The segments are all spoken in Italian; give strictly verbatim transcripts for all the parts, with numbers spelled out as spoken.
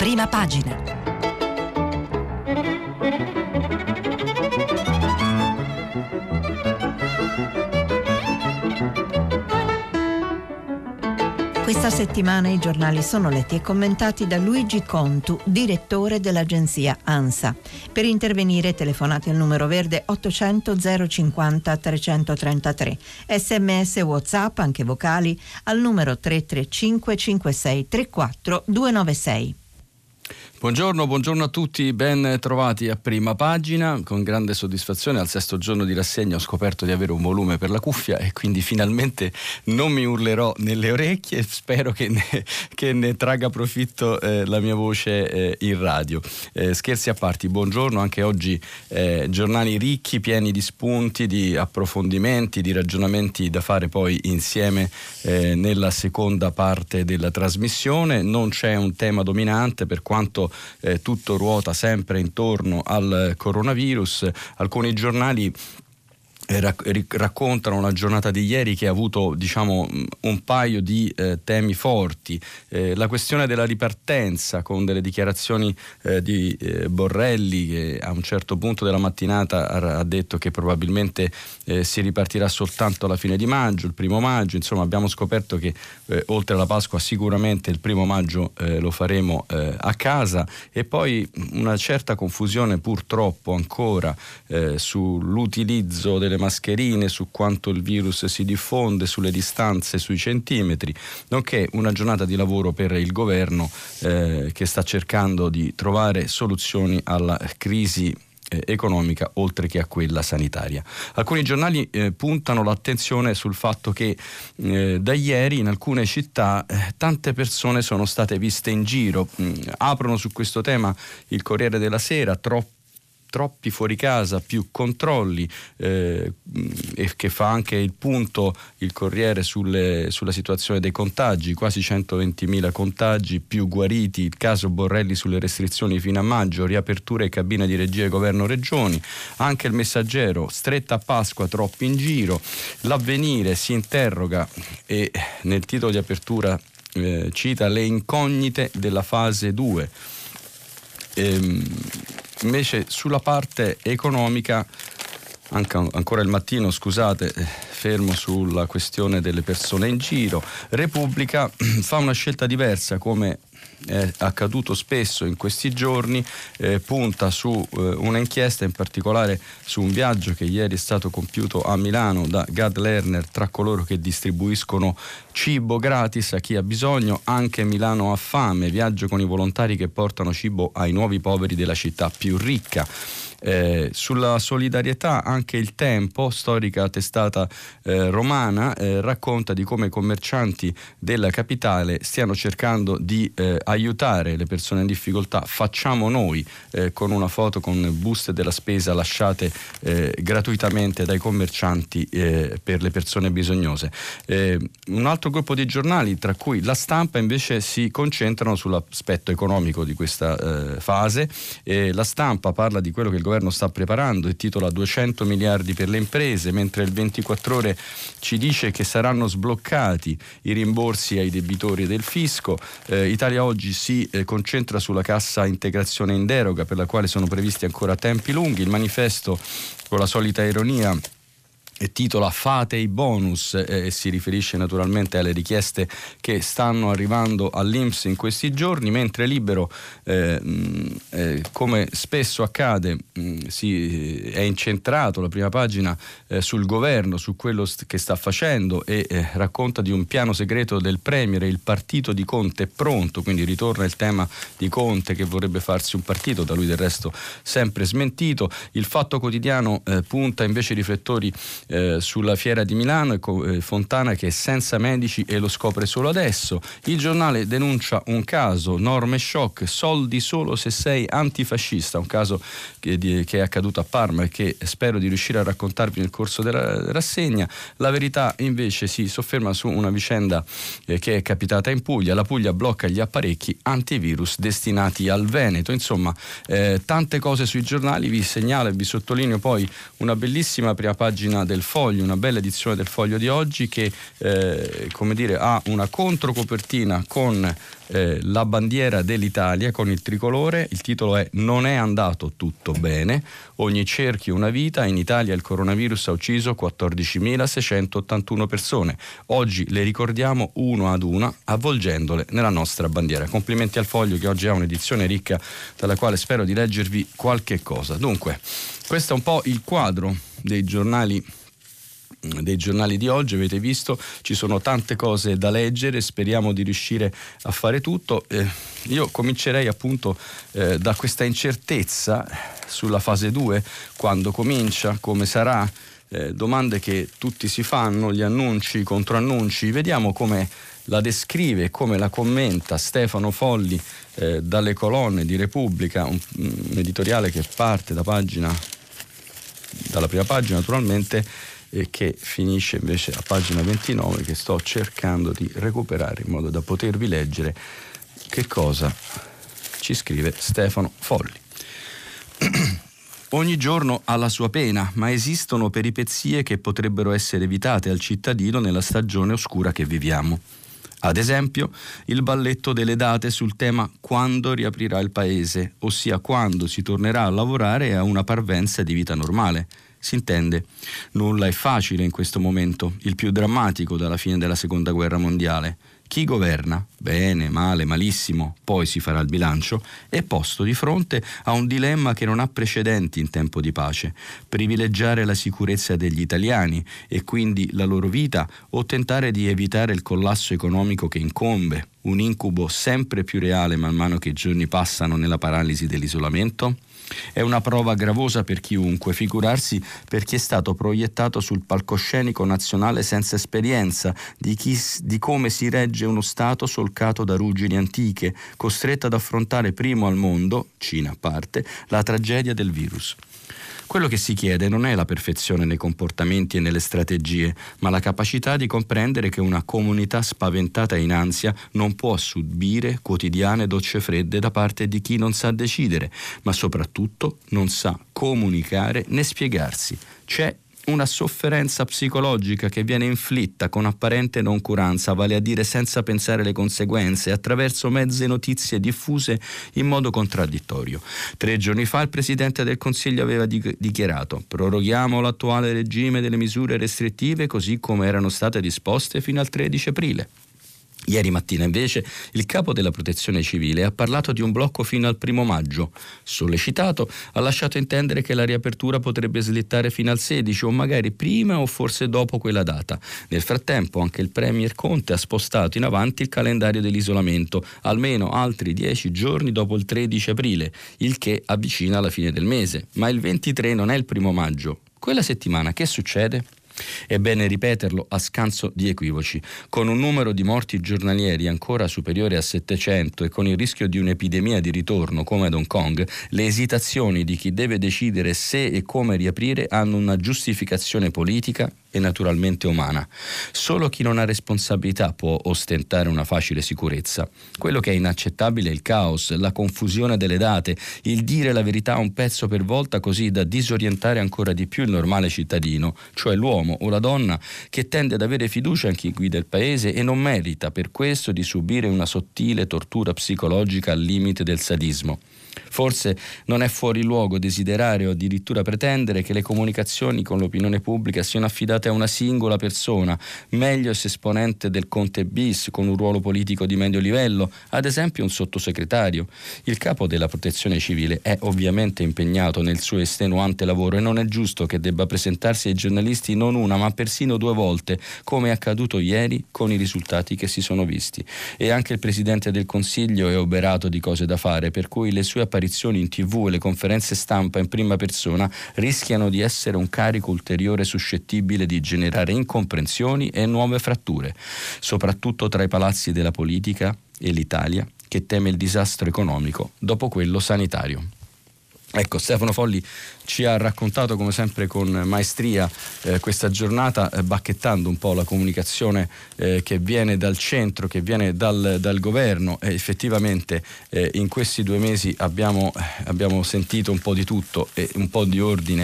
Prima pagina. Questa settimana i giornali sono letti e commentati da Luigi Contu, direttore dell'agenzia ANSA. Per intervenire telefonate al numero verde ottocento zero cinquanta trecentotrentatré, sms WhatsApp anche vocali al numero tre tre cinque cinque sei tre quattro due nove sei. Buongiorno, buongiorno a tutti, ben trovati a Prima Pagina. Con grande soddisfazione al sesto giorno di rassegna ho scoperto di avere un volume per la cuffia e quindi finalmente non mi urlerò nelle orecchie. Spero che ne, che ne tragga profitto eh, la mia voce eh, in radio. Eh, scherzi a parte, buongiorno, anche oggi eh, giornali ricchi, pieni di spunti, di approfondimenti, di ragionamenti da fare poi insieme eh, nella seconda parte della trasmissione. Non c'è un tema dominante per quanto Eh, tutto ruota sempre intorno al coronavirus. Alcuni giornali raccontano la giornata di ieri che ha avuto, diciamo, un paio di eh, temi forti. Eh, la questione della ripartenza, con delle dichiarazioni eh, di eh, Borrelli, che a un certo punto della mattinata ha, ha detto che probabilmente eh, si ripartirà soltanto alla fine di maggio, il primo maggio. Insomma, abbiamo scoperto che eh, oltre alla Pasqua sicuramente il primo maggio eh, lo faremo eh, a casa, e poi una certa confusione purtroppo ancora eh, sull'utilizzo delle mascherine, su quanto il virus si diffonde, sulle distanze, sui centimetri, nonché una giornata di lavoro per il governo eh, che sta cercando di trovare soluzioni alla crisi eh, economica oltre che a quella sanitaria. Alcuni giornali eh, puntano l'attenzione sul fatto che eh, da ieri in alcune città eh, tante persone sono state viste in giro. Mm, aprono su questo tema il Corriere della Sera: troppo troppi fuori casa, più controlli, eh, e che fa anche il punto il Corriere sulle, sulla situazione dei contagi, quasi centoventimila contagi, più guariti, il caso Borrelli sulle restrizioni fino a maggio, riaperture e cabine di regia e governo regioni. Anche il Messaggero: stretta a Pasqua, troppi in giro. L'Avvenire si interroga e nel titolo di apertura eh, cita le incognite della fase due. Ehm, Invece sulla parte economica, anche ancora il Mattino, scusate, fermo sulla questione delle persone in giro. Repubblica fa una scelta diversa, come è accaduto spesso in questi giorni, eh, punta su eh, un'inchiesta, in particolare su un viaggio che ieri è stato compiuto a Milano da Gad Lerner tra coloro che distribuiscono cibo gratis a chi ha bisogno. Anche Milano ha fame, viaggio con i volontari che portano cibo ai nuovi poveri della città più ricca. Eh, sulla solidarietà anche Il Tempo, storica testata eh, romana, eh, racconta di come i commercianti della capitale stiano cercando di eh, aiutare le persone in difficoltà. Facciamo noi, eh, con una foto con buste della spesa lasciate eh, gratuitamente dai commercianti eh, per le persone bisognose. Eh, un altro gruppo di giornali, tra cui La Stampa, invece si concentrano sull'aspetto economico di questa eh, fase. Eh, La Stampa parla di quello che il governo sta preparando e titola duecento miliardi per le imprese, mentre il ventiquattro ore ci dice che saranno sbloccati i rimborsi ai debitori del fisco. Eh, Italia Oggi si eh, concentra sulla cassa integrazione in deroga, per la quale sono previsti ancora tempi lunghi. Il Manifesto, con la solita ironia, e titola Fate i bonus e eh, si riferisce naturalmente alle richieste che stanno arrivando all'I N P S in questi giorni, mentre Libero, eh, eh, come spesso accade, mh, si è incentrato la prima pagina eh, sul governo, su quello st- che sta facendo, e eh, racconta di un piano segreto del Premier. Il partito di Conte è pronto, quindi ritorna il tema di Conte che vorrebbe farsi un partito, da lui del resto sempre smentito. Il Fatto Quotidiano eh, punta invece i riflettori Eh, sulla fiera di Milano e eh, Fontana che è senza medici e lo scopre solo adesso. Il Giornale denuncia un caso, norme shock, soldi solo se sei antifascista, un caso che, di, che è accaduto a Parma e che spero di riuscire a raccontarvi nel corso della rassegna. La Verità invece si sofferma su una vicenda eh, che è capitata in Puglia. La Puglia blocca gli apparecchi antivirus destinati al Veneto. Insomma, eh, tante cose sui giornali. Vi segnalo e vi sottolineo poi una bellissima prima pagina del Foglio, una bella edizione del Foglio di oggi che eh, come dire ha una controcopertina con eh, la bandiera dell'Italia con il tricolore. Il titolo è "Non è andato tutto bene, ogni cerchio una vita, in Italia il coronavirus ha ucciso quattordicimilaseicentottantuno persone, oggi le ricordiamo uno ad una avvolgendole nella nostra bandiera". Complimenti al Foglio, che oggi ha un'edizione ricca dalla quale spero di leggervi qualche cosa. Dunque, questo è un po' il quadro dei giornali dei giornali di oggi. Avete visto, ci sono tante cose da leggere, speriamo di riuscire a fare tutto. Eh, io comincerei appunto eh, da questa incertezza sulla fase due, quando comincia, come sarà, eh, domande che tutti si fanno, gli annunci, i controannunci. Vediamo come la descrive e come la commenta Stefano Folli eh, dalle colonne di Repubblica, un, un editoriale che parte da pagina dalla prima pagina naturalmente, e che finisce invece a pagina ventinove, che sto cercando di recuperare in modo da potervi leggere che cosa ci scrive Stefano Folli. Ogni giorno ha la sua pena, ma esistono peripezie che potrebbero essere evitate al cittadino nella stagione oscura che viviamo. Ad esempio, il balletto delle date sul tema quando riaprirà il paese, ossia quando si tornerà a lavorare a una parvenza di vita normale. Si intende, nulla è facile in questo momento, il più drammatico dalla fine della Seconda Guerra Mondiale. Chi governa, bene, male, malissimo, poi si farà il bilancio, è posto di fronte a un dilemma che non ha precedenti in tempo di pace: privilegiare la sicurezza degli italiani e quindi la loro vita, o tentare di evitare il collasso economico che incombe, un incubo sempre più reale man mano che i giorni passano nella paralisi dell'isolamento? È una prova gravosa per chiunque, figurarsi per chi è stato proiettato sul palcoscenico nazionale senza esperienza di, chi, di come si regge uno Stato solcato da ruggini antiche, costretto ad affrontare primo al mondo, Cina a parte, la tragedia del virus. Quello che si chiede non è la perfezione nei comportamenti e nelle strategie, ma la capacità di comprendere che una comunità spaventata e in ansia non può subire quotidiane docce fredde da parte di chi non sa decidere, ma soprattutto non sa comunicare né spiegarsi. C'è una sofferenza psicologica che viene inflitta con apparente noncuranza, vale a dire senza pensare alle conseguenze, attraverso mezze notizie diffuse in modo contraddittorio. Tre giorni fa il Presidente del Consiglio aveva dichiarato: proroghiamo l'attuale regime delle misure restrittive così come erano state disposte fino al tredici aprile. Ieri mattina invece il capo della Protezione Civile ha parlato di un blocco fino al primo maggio. Sollecitato, ha lasciato intendere che la riapertura potrebbe slittare fino al sedici o magari prima o forse dopo quella data. Nel frattempo anche il Premier Conte ha spostato in avanti il calendario dell'isolamento, almeno altri dieci giorni dopo il tredici aprile, il che avvicina alla fine del mese. Ma il ventitré non è il primo maggio. Quella settimana che succede? È bene ripeterlo a scanso di equivoci. Con un numero di morti giornalieri ancora superiore a settecento e con il rischio di un'epidemia di ritorno come ad Hong Kong, le esitazioni di chi deve decidere se e come riaprire hanno una giustificazione politica e naturalmente umana. Solo chi non ha responsabilità può ostentare una facile sicurezza. Quello che è inaccettabile è il caos, la confusione delle date, il dire la verità un pezzo per volta così da disorientare ancora di più il normale cittadino, cioè l'uomo o la donna che tende ad avere fiducia in chi guida il paese e non merita per questo di subire una sottile tortura psicologica al limite del sadismo. Forse non è fuori luogo desiderare o addirittura pretendere che le comunicazioni con l'opinione pubblica siano affidate a una singola persona, meglio se esponente del Conte bis con un ruolo politico di medio livello, ad esempio un sottosegretario. Il capo della Protezione Civile è ovviamente impegnato nel suo estenuante lavoro e non è giusto che debba presentarsi ai giornalisti non una ma persino due volte, come è accaduto ieri con i risultati che si sono visti. E anche il Presidente del Consiglio è oberato di cose da fare, per cui le sue apparizioni in tivù e le conferenze stampa in prima persona rischiano di essere un carico ulteriore suscettibile di generare incomprensioni e nuove fratture, soprattutto tra i palazzi della politica e l'Italia che teme il disastro economico dopo quello sanitario. Ecco, Stefano Folli ci ha raccontato come sempre con maestria eh, questa giornata, eh, bacchettando un po' la comunicazione eh, che viene dal centro, che viene dal, dal governo, e effettivamente eh, in questi due mesi abbiamo, abbiamo sentito un po' di tutto e un po' di ordine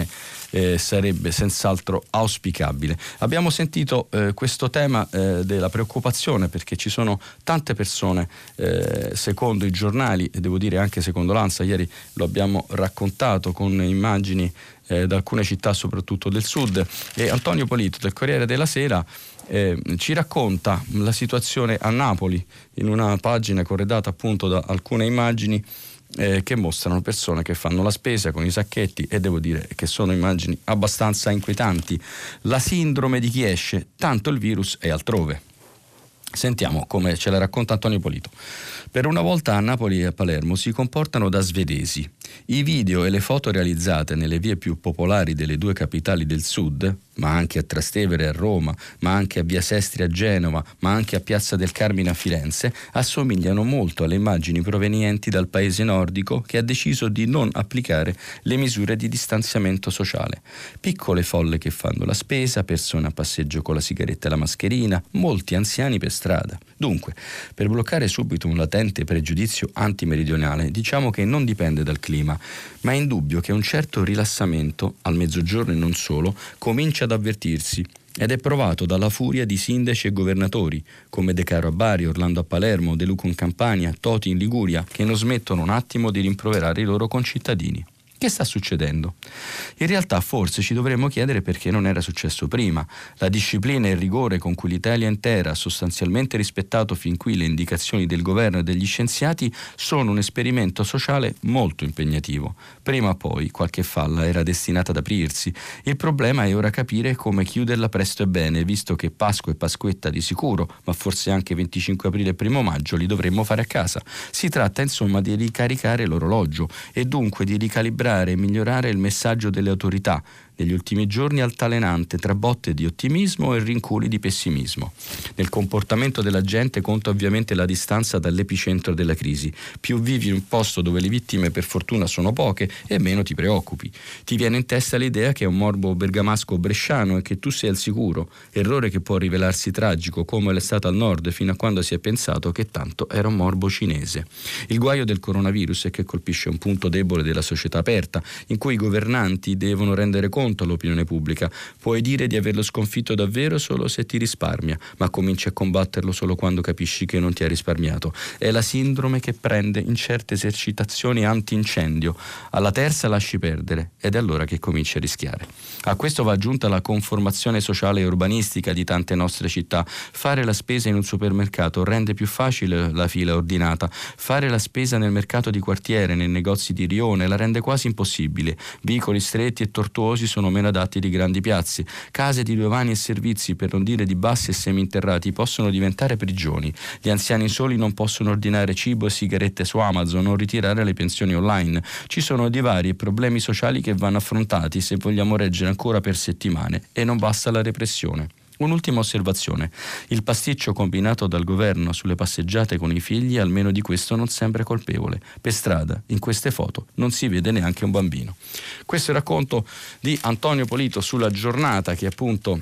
eh, sarebbe senz'altro auspicabile. Abbiamo sentito eh, questo tema eh, della preoccupazione, perché ci sono tante persone, eh, secondo i giornali e devo dire anche secondo l'ANSA, ieri lo abbiamo raccontato con immagini eh, da alcune città soprattutto del sud, e Antonio Polito del Corriere della Sera Eh, ci racconta la situazione a Napoli in una pagina corredata appunto da alcune immagini eh, che mostrano persone che fanno la spesa con i sacchetti, e devo dire che sono immagini abbastanza inquietanti. La sindrome di chi esce, tanto il virus è altrove. Sentiamo come ce la racconta Antonio Polito. Per una volta a Napoli e a Palermo si comportano da svedesi. I video e le foto realizzate nelle vie più popolari delle due capitali del sud, ma anche a Trastevere a Roma, ma anche a Via Sestri a Genova, ma anche a Piazza del Carmine a Firenze, assomigliano molto alle immagini provenienti dal paese nordico che ha deciso di non applicare le misure di distanziamento sociale. Piccole folle che fanno la spesa, persone a passeggio con la sigaretta e la mascherina, molti anziani per strada. Dunque, per bloccare subito un latente pregiudizio antimeridionale, diciamo che non dipende dal clima, ma è indubbio che un certo rilassamento, al mezzogiorno e non solo, comincia ad avvertirsi, ed è provato dalla furia di sindaci e governatori come De Caro a Bari, Orlando a Palermo, De Luca in Campania, Toti in Liguria, che non smettono un attimo di rimproverare i loro concittadini. Che sta succedendo? In realtà forse ci dovremmo chiedere perché non era successo prima. La disciplina e il rigore con cui l'Italia intera ha sostanzialmente rispettato fin qui le indicazioni del governo e degli scienziati sono un esperimento sociale molto impegnativo. Prima o poi qualche falla era destinata ad aprirsi. Il problema è ora capire come chiuderla presto e bene, visto che Pasqua e Pasquetta di sicuro, ma forse anche venticinque aprile e primo maggio li dovremmo fare a casa. Si tratta insomma di ricaricare l'orologio e dunque di ricalibrare e migliorare il messaggio delle autorità, negli ultimi giorni altalenante tra botte di ottimismo e rinculi di pessimismo. Nel comportamento della gente conta ovviamente la distanza dall'epicentro della crisi. Più vivi in un posto dove le vittime per fortuna sono poche e meno ti preoccupi. Ti viene in testa l'idea che è un morbo bergamasco o bresciano e che tu sei al sicuro, errore che può rivelarsi tragico come l'è stato al nord fino a quando si è pensato che tanto era un morbo cinese. Il guaio del coronavirus è che colpisce un punto debole della società aperta, in cui i governanti devono rendere conto all'opinione pubblica. Puoi dire di averlo sconfitto davvero solo se ti risparmia, ma cominci a combatterlo solo quando capisci che non ti ha risparmiato. È la sindrome che prende in certe esercitazioni antincendio. Alla terza lasci perdere ed è allora che cominci a rischiare. A questo va aggiunta la conformazione sociale e urbanistica di tante nostre città. Fare la spesa in un supermercato rende più facile la fila ordinata. Fare la spesa nel mercato di quartiere, nei negozi di rione, la rende quasi impossibile. Vicoli stretti e tortuosi sono meno adatti di grandi piazze. Case di due vani e servizi, per non dire di bassi e seminterrati, possono diventare prigioni. Gli anziani soli non possono ordinare cibo e sigarette su Amazon o ritirare le pensioni online. Ci sono divari e problemi sociali che vanno affrontati se vogliamo reggere ancora per settimane, e non basta la repressione. Un'ultima osservazione: il pasticcio combinato dal governo sulle passeggiate con i figli almeno di questo non sembra colpevole. Per strada, in queste foto, non si vede neanche un bambino. Questo è il racconto di Antonio Polito sulla giornata che appunto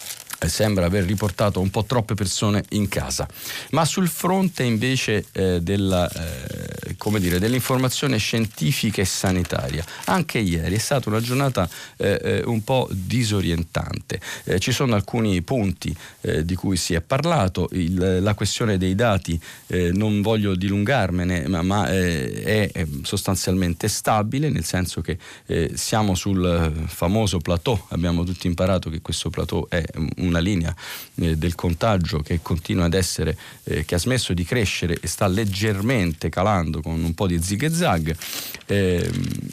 sembra aver riportato un po' troppe persone in casa. Ma sul fronte invece eh, della, eh, come dire, dell'informazione scientifica e sanitaria, anche ieri è stata una giornata eh, un po' disorientante. Eh, ci sono alcuni punti eh, di cui si è parlato. Il, la questione dei dati, eh, non voglio dilungarmene, ma, ma eh, è sostanzialmente stabile, nel senso che eh, siamo sul famoso plateau. Abbiamo tutti imparato che questo plateau è un una linea eh, del contagio che continua ad essere, eh, che ha smesso di crescere e sta leggermente calando con un po' di zig e zag, eh,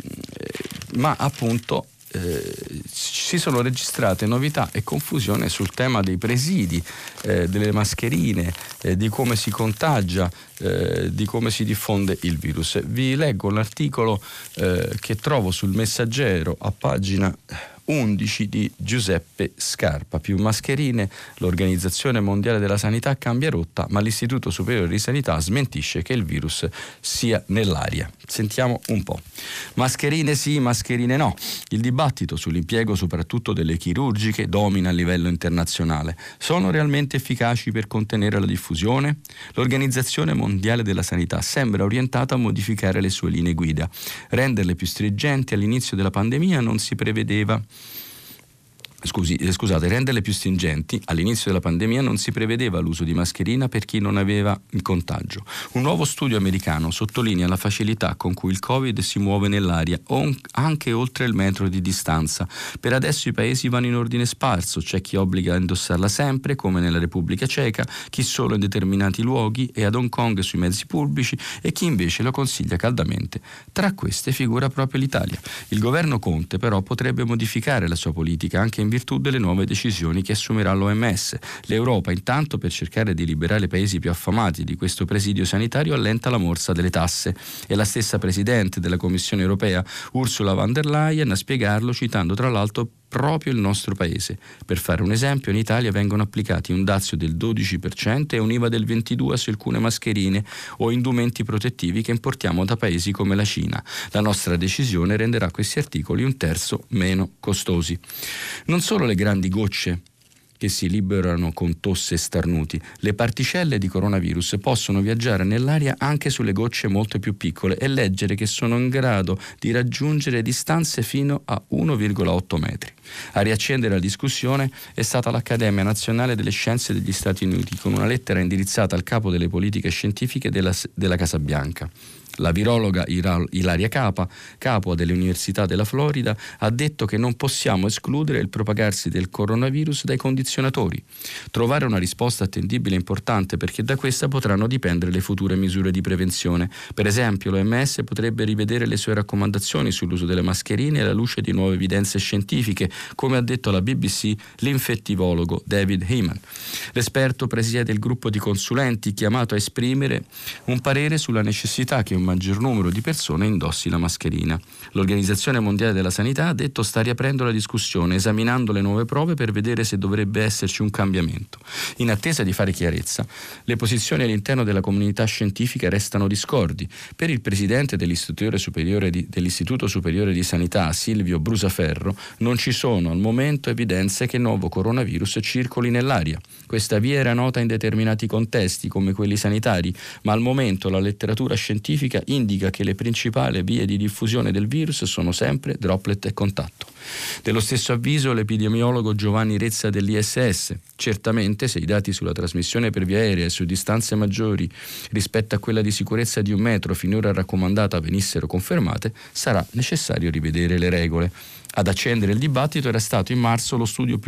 ma appunto Eh, si sono registrate novità e confusione sul tema dei presidi, eh, delle mascherine, eh, di come si contagia, eh, di come si diffonde il virus. Vi leggo l'articolo eh, che trovo sul Messaggero a pagina undici di Giuseppe Scarpa. Più mascherine, l'Organizzazione Mondiale della Sanità cambia rotta, ma l'Istituto Superiore di Sanità smentisce che il virus sia nell'aria. Sentiamo un po'. Mascherine sì, mascherine no. Il dibattito sull'impiego soprattutto delle chirurgiche domina a livello internazionale. Sono realmente efficaci per contenere la diffusione? L'Organizzazione Mondiale della Sanità sembra orientata a modificare le sue linee guida. Renderle più stringenti all'inizio della pandemia non si prevedeva. Scusi, eh, scusate, renderle più stringenti. All'inizio della pandemia non si prevedeva l'uso di mascherina per chi non aveva il contagio. Un nuovo studio americano sottolinea la facilità con cui il Covid si muove nell'aria, anche oltre il metro di distanza. Per adesso i paesi vanno in ordine sparso, c'è chi obbliga a indossarla sempre, come nella Repubblica Ceca, chi solo in determinati luoghi e ad Hong Kong sui mezzi pubblici, e chi invece lo consiglia caldamente. Tra queste figura proprio l'Italia. Il governo Conte però potrebbe modificare la sua politica anche in in virtù delle nuove decisioni che assumerà l'O M S. L'Europa, intanto, per cercare di liberare i paesi più affamati di questo presidio sanitario, allenta la morsa delle tasse. E la stessa Presidente della Commissione europea, Ursula von der Leyen, a spiegarlo, citando tra l'altro proprio il nostro paese. Per fare un esempio, in Italia vengono applicati un dazio del dodici per cento e un I V A del ventidue per cento su alcune mascherine o indumenti protettivi che importiamo da paesi come la Cina. La nostra decisione renderà questi articoli un terzo meno costosi. Non solo le grandi gocce che si liberano con tosse e starnuti, le particelle di coronavirus possono viaggiare nell'aria anche sulle gocce molto più piccole e leggere, che sono in grado di raggiungere distanze fino a uno virgola otto metri. A riaccendere la discussione è stata l'Accademia Nazionale delle Scienze degli Stati Uniti, con una lettera indirizzata al capo delle politiche scientifiche della, della Casa Bianca. La virologa Ilaria Capa, capo dell'Università della Florida, ha detto che non possiamo escludere il propagarsi del coronavirus dai condizionatori. Trovare una risposta attendibile è importante, perché da questa potranno dipendere le future misure di prevenzione. Per esempio, l'O M S potrebbe rivedere le sue raccomandazioni sull'uso delle mascherine alla luce di nuove evidenze scientifiche, come ha detto alla B B C l'infettivologo David Heyman. L'esperto presiede il gruppo di consulenti chiamato a esprimere un parere sulla necessità che un maggior numero di persone indossi la mascherina. L'Organizzazione Mondiale della Sanità ha detto sta riaprendo la discussione, esaminando le nuove prove per vedere se dovrebbe esserci un cambiamento. In attesa di fare chiarezza, le posizioni all'interno della comunità scientifica restano discordi. Per il presidente dell'Istituto Superiore di, dell'Istituto Superiore di Sanità, Silvio Brusaferro, non ci sono al momento evidenze che il nuovo coronavirus circoli nell'aria. Questa via era nota in determinati contesti, come quelli sanitari, ma al momento la letteratura scientifica indica che le principali vie di diffusione del virus sono sempre droplet e contatto. Dello stesso avviso l'epidemiologo Giovanni Rezza dell'I S S. Certamente, se i dati sulla trasmissione per via aerea e su distanze maggiori rispetto a quella di sicurezza di un metro finora raccomandata venissero confermate, sarà necessario rivedere le regole. Ad accendere il dibattito era stato in marzo lo studio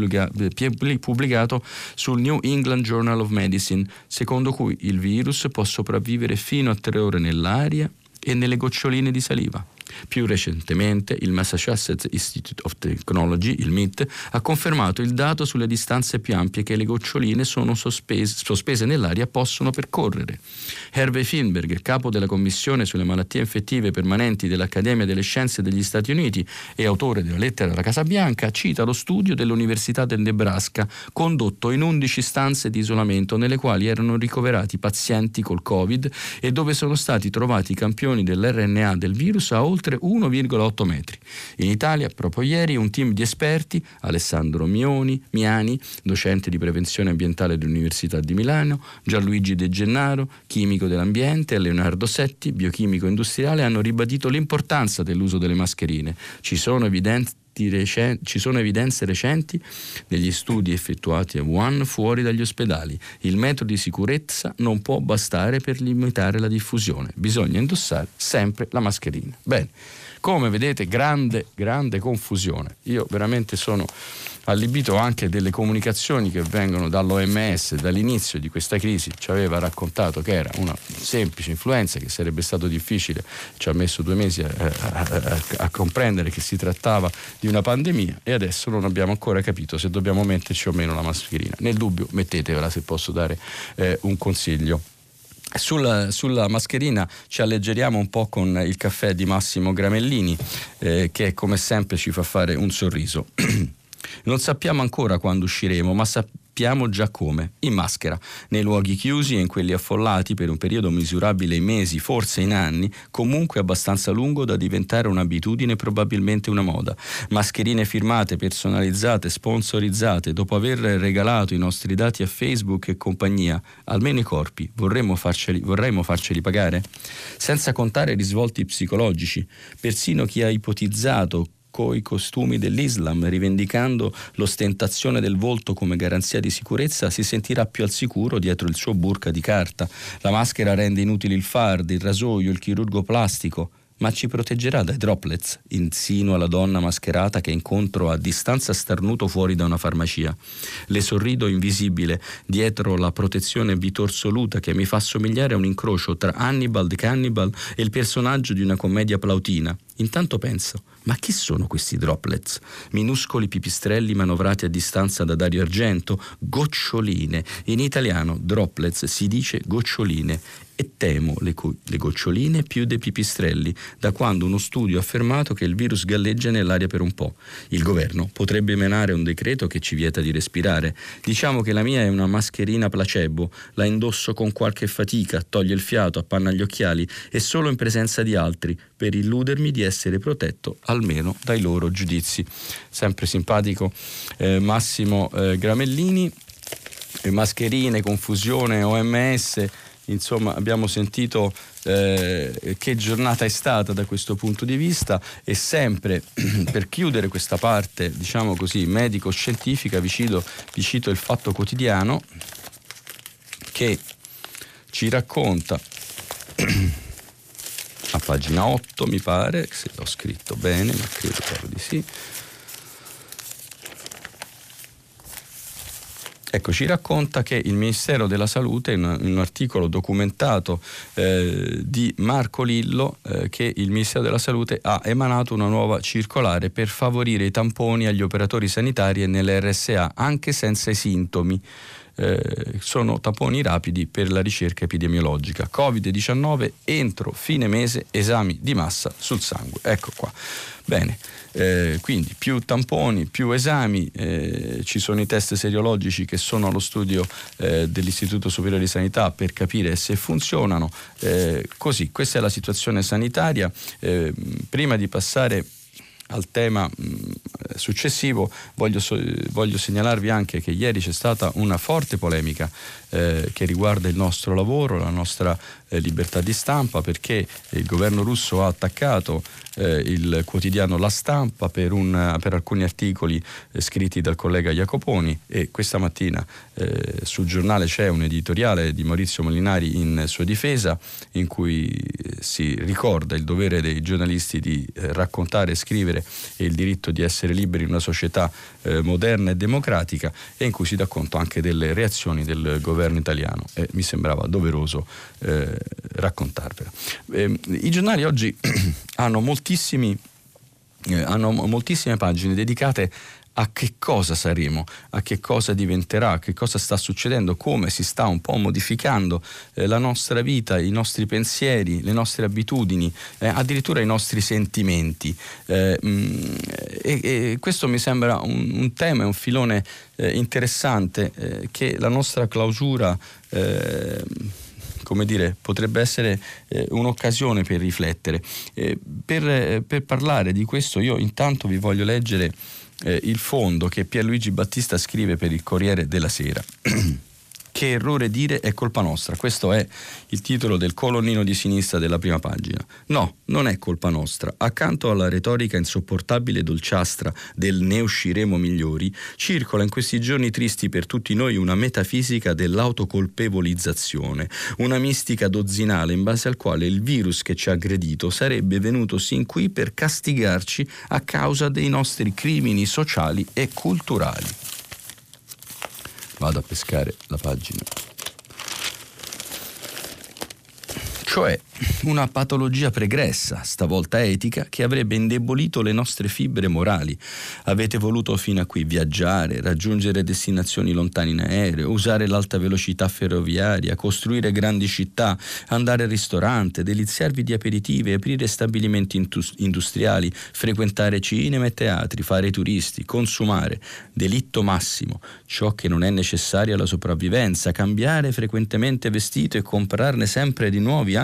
pubblicato sul New England Journal of Medicine, secondo cui il virus può sopravvivere fino a tre ore nell'aria e nelle goccioline di saliva. Più recentemente il Massachusetts Institute of Technology, il M I T, ha confermato il dato sulle distanze più ampie che le goccioline sono sospese, sospese nell'aria possono percorrere. Hervé Finberg, capo della Commissione sulle malattie infettive permanenti dell'Accademia delle Scienze degli Stati Uniti e autore della lettera alla Casa Bianca, cita lo studio dell'Università del Nebraska condotto in undici stanze di isolamento nelle quali erano ricoverati pazienti col Covid e dove sono stati trovati i campioni dell'R N A del virus a oltre uno virgola otto metri. In Italia, proprio ieri, un team di esperti, Alessandro Mioni, Miani, docente di prevenzione ambientale dell'Università di Milano, Gianluigi De Gennaro, chimico dell'ambiente, e Leonardo Setti, biochimico industriale, hanno ribadito l'importanza dell'uso delle mascherine. Ci sono evidenze Ci sono evidenze recenti negli studi effettuati a Wuhan fuori dagli ospedali. Il metodo di sicurezza non può bastare per limitare la diffusione. Bisogna indossare sempre la mascherina. Bene, come vedete, grande, grande confusione. Io veramente sono allibito anche delle comunicazioni che vengono dall'O M S. Dall'inizio di questa crisi ci aveva raccontato che era una semplice influenza, che sarebbe stato difficile, ci ha messo due mesi a, a, a, a comprendere che si trattava di una pandemia, e adesso non abbiamo ancora capito se dobbiamo metterci o meno la mascherina. Nel dubbio mettetevela, se posso dare eh, un consiglio. Sulla, sulla mascherina ci alleggeriamo un po' con il caffè di Massimo Gramellini, eh, che come sempre ci fa fare un sorriso. Non sappiamo ancora quando usciremo, ma sappiamo già come: in maschera, nei luoghi chiusi e in quelli affollati per un periodo misurabile in mesi, forse in anni, comunque abbastanza lungo da diventare un'abitudine e probabilmente una moda. Mascherine firmate, personalizzate, sponsorizzate. Dopo aver regalato i nostri dati a Facebook e compagnia, almeno i corpi vorremmo farceli, vorremmo farceli pagare? Senza contare i risvolti psicologici. Persino chi ha ipotizzato coi costumi dell'Islam, rivendicando l'ostentazione del volto come garanzia di sicurezza, si sentirà più al sicuro dietro il suo burka di carta. La maschera rende inutili il fard, il rasoio, il chirurgo plastico. Ma ci proteggerà dai droplets? Insinua la donna mascherata che incontro a distanza starnuto fuori da una farmacia. Le sorrido invisibile dietro la protezione vitorsoluta che mi fa somigliare a un incrocio tra Hannibal the Cannibal e il personaggio di una commedia plautina. Intanto penso, ma chi sono questi droplets? Minuscoli pipistrelli manovrati a distanza da Dario Argento? Goccioline. In italiano droplets si dice goccioline. E temo le, co- le goccioline più dei pipistrelli, da quando uno studio ha affermato che il virus galleggia nell'aria per un po'. Il governo potrebbe emanare un decreto che ci vieta di respirare. Diciamo che la mia è una mascherina placebo, la indosso con qualche fatica, toglie il fiato, appanna gli occhiali e solo in presenza di altri, per illudermi di essere protetto almeno dai loro giudizi. Sempre simpatico eh, Massimo eh, Gramellini. Eh, mascherine, confusione, O M S. Insomma, abbiamo sentito eh, che giornata è stata da questo punto di vista, e sempre per chiudere questa parte, diciamo così, medico-scientifica, vi cito, vi cito il Fatto Quotidiano, che ci racconta a pagina otto, mi pare, se ho scritto bene, ma credo proprio di sì. Ecco, ci racconta che il Ministero della Salute, in un articolo documentato eh, di Marco Lillo, eh, che il Ministero della Salute ha emanato una nuova circolare per favorire i tamponi agli operatori sanitari e nelle R S A anche senza i sintomi. Eh, sono tamponi rapidi per la ricerca epidemiologica. covid diciannove, entro fine mese esami di massa sul sangue. Ecco qua. Bene, eh, quindi più tamponi, più esami, eh, ci sono i test seriologici che sono allo studio eh, dell'Istituto Superiore di Sanità per capire se funzionano. Eh, così, questa è la situazione sanitaria. Eh, prima di passare al tema mh, successivo, voglio, so, voglio segnalarvi anche che ieri c'è stata una forte polemica eh, che riguarda il nostro lavoro, la nostra eh, libertà di stampa, perché il governo russo ha attaccato eh, il quotidiano La Stampa per, un, per alcuni articoli eh, scritti dal collega Jacoponi, e questa mattina eh, sul giornale c'è un editoriale di Maurizio Molinari in sua difesa, in cui si ricorda il dovere dei giornalisti di eh, raccontare e scrivere e il diritto di essere liberi in una società eh, moderna e democratica, e in cui si dà conto anche delle reazioni del governo italiano, e mi sembrava doveroso eh, raccontarvela. Eh, I giornali oggi hanno moltissimi eh, hanno moltissime pagine dedicate a che cosa saremo, a che cosa diventerà, a che cosa sta succedendo, come si sta un po' modificando eh, la nostra vita, i nostri pensieri, le nostre abitudini, eh, addirittura i nostri sentimenti. Eh, mh, e, e questo mi sembra un, un tema, un filone eh, interessante eh, che la nostra clausura eh, come dire, potrebbe essere eh, un'occasione per riflettere. Eh, per, eh, per parlare di questo io intanto vi voglio leggere Eh, il fondo che Pierluigi Battista scrive per il Corriere della Sera. Che errore dire è colpa nostra. Questo è il titolo del colonnino di sinistra della prima pagina. No, non è colpa nostra. Accanto alla retorica insopportabile e dolciastra del ne usciremo migliori, circola in questi giorni tristi per tutti noi una metafisica dell'autocolpevolizzazione, una mistica dozzinale in base al quale il virus che ci ha aggredito sarebbe venuto sin qui per castigarci a causa dei nostri crimini sociali e culturali. Vado a pescare la pagina. Cioè una patologia pregressa, stavolta etica, che avrebbe indebolito le nostre fibre morali. Avete voluto fino a qui viaggiare, raggiungere destinazioni lontane in aereo, usare l'alta velocità ferroviaria, costruire grandi città, andare al ristorante, deliziarvi di aperitivi, aprire stabilimenti industriali, frequentare cinema e teatri, fare i turisti, consumare. Delitto massimo, ciò che non è necessario alla sopravvivenza, cambiare frequentemente vestito e comprarne sempre di nuovi, anche se il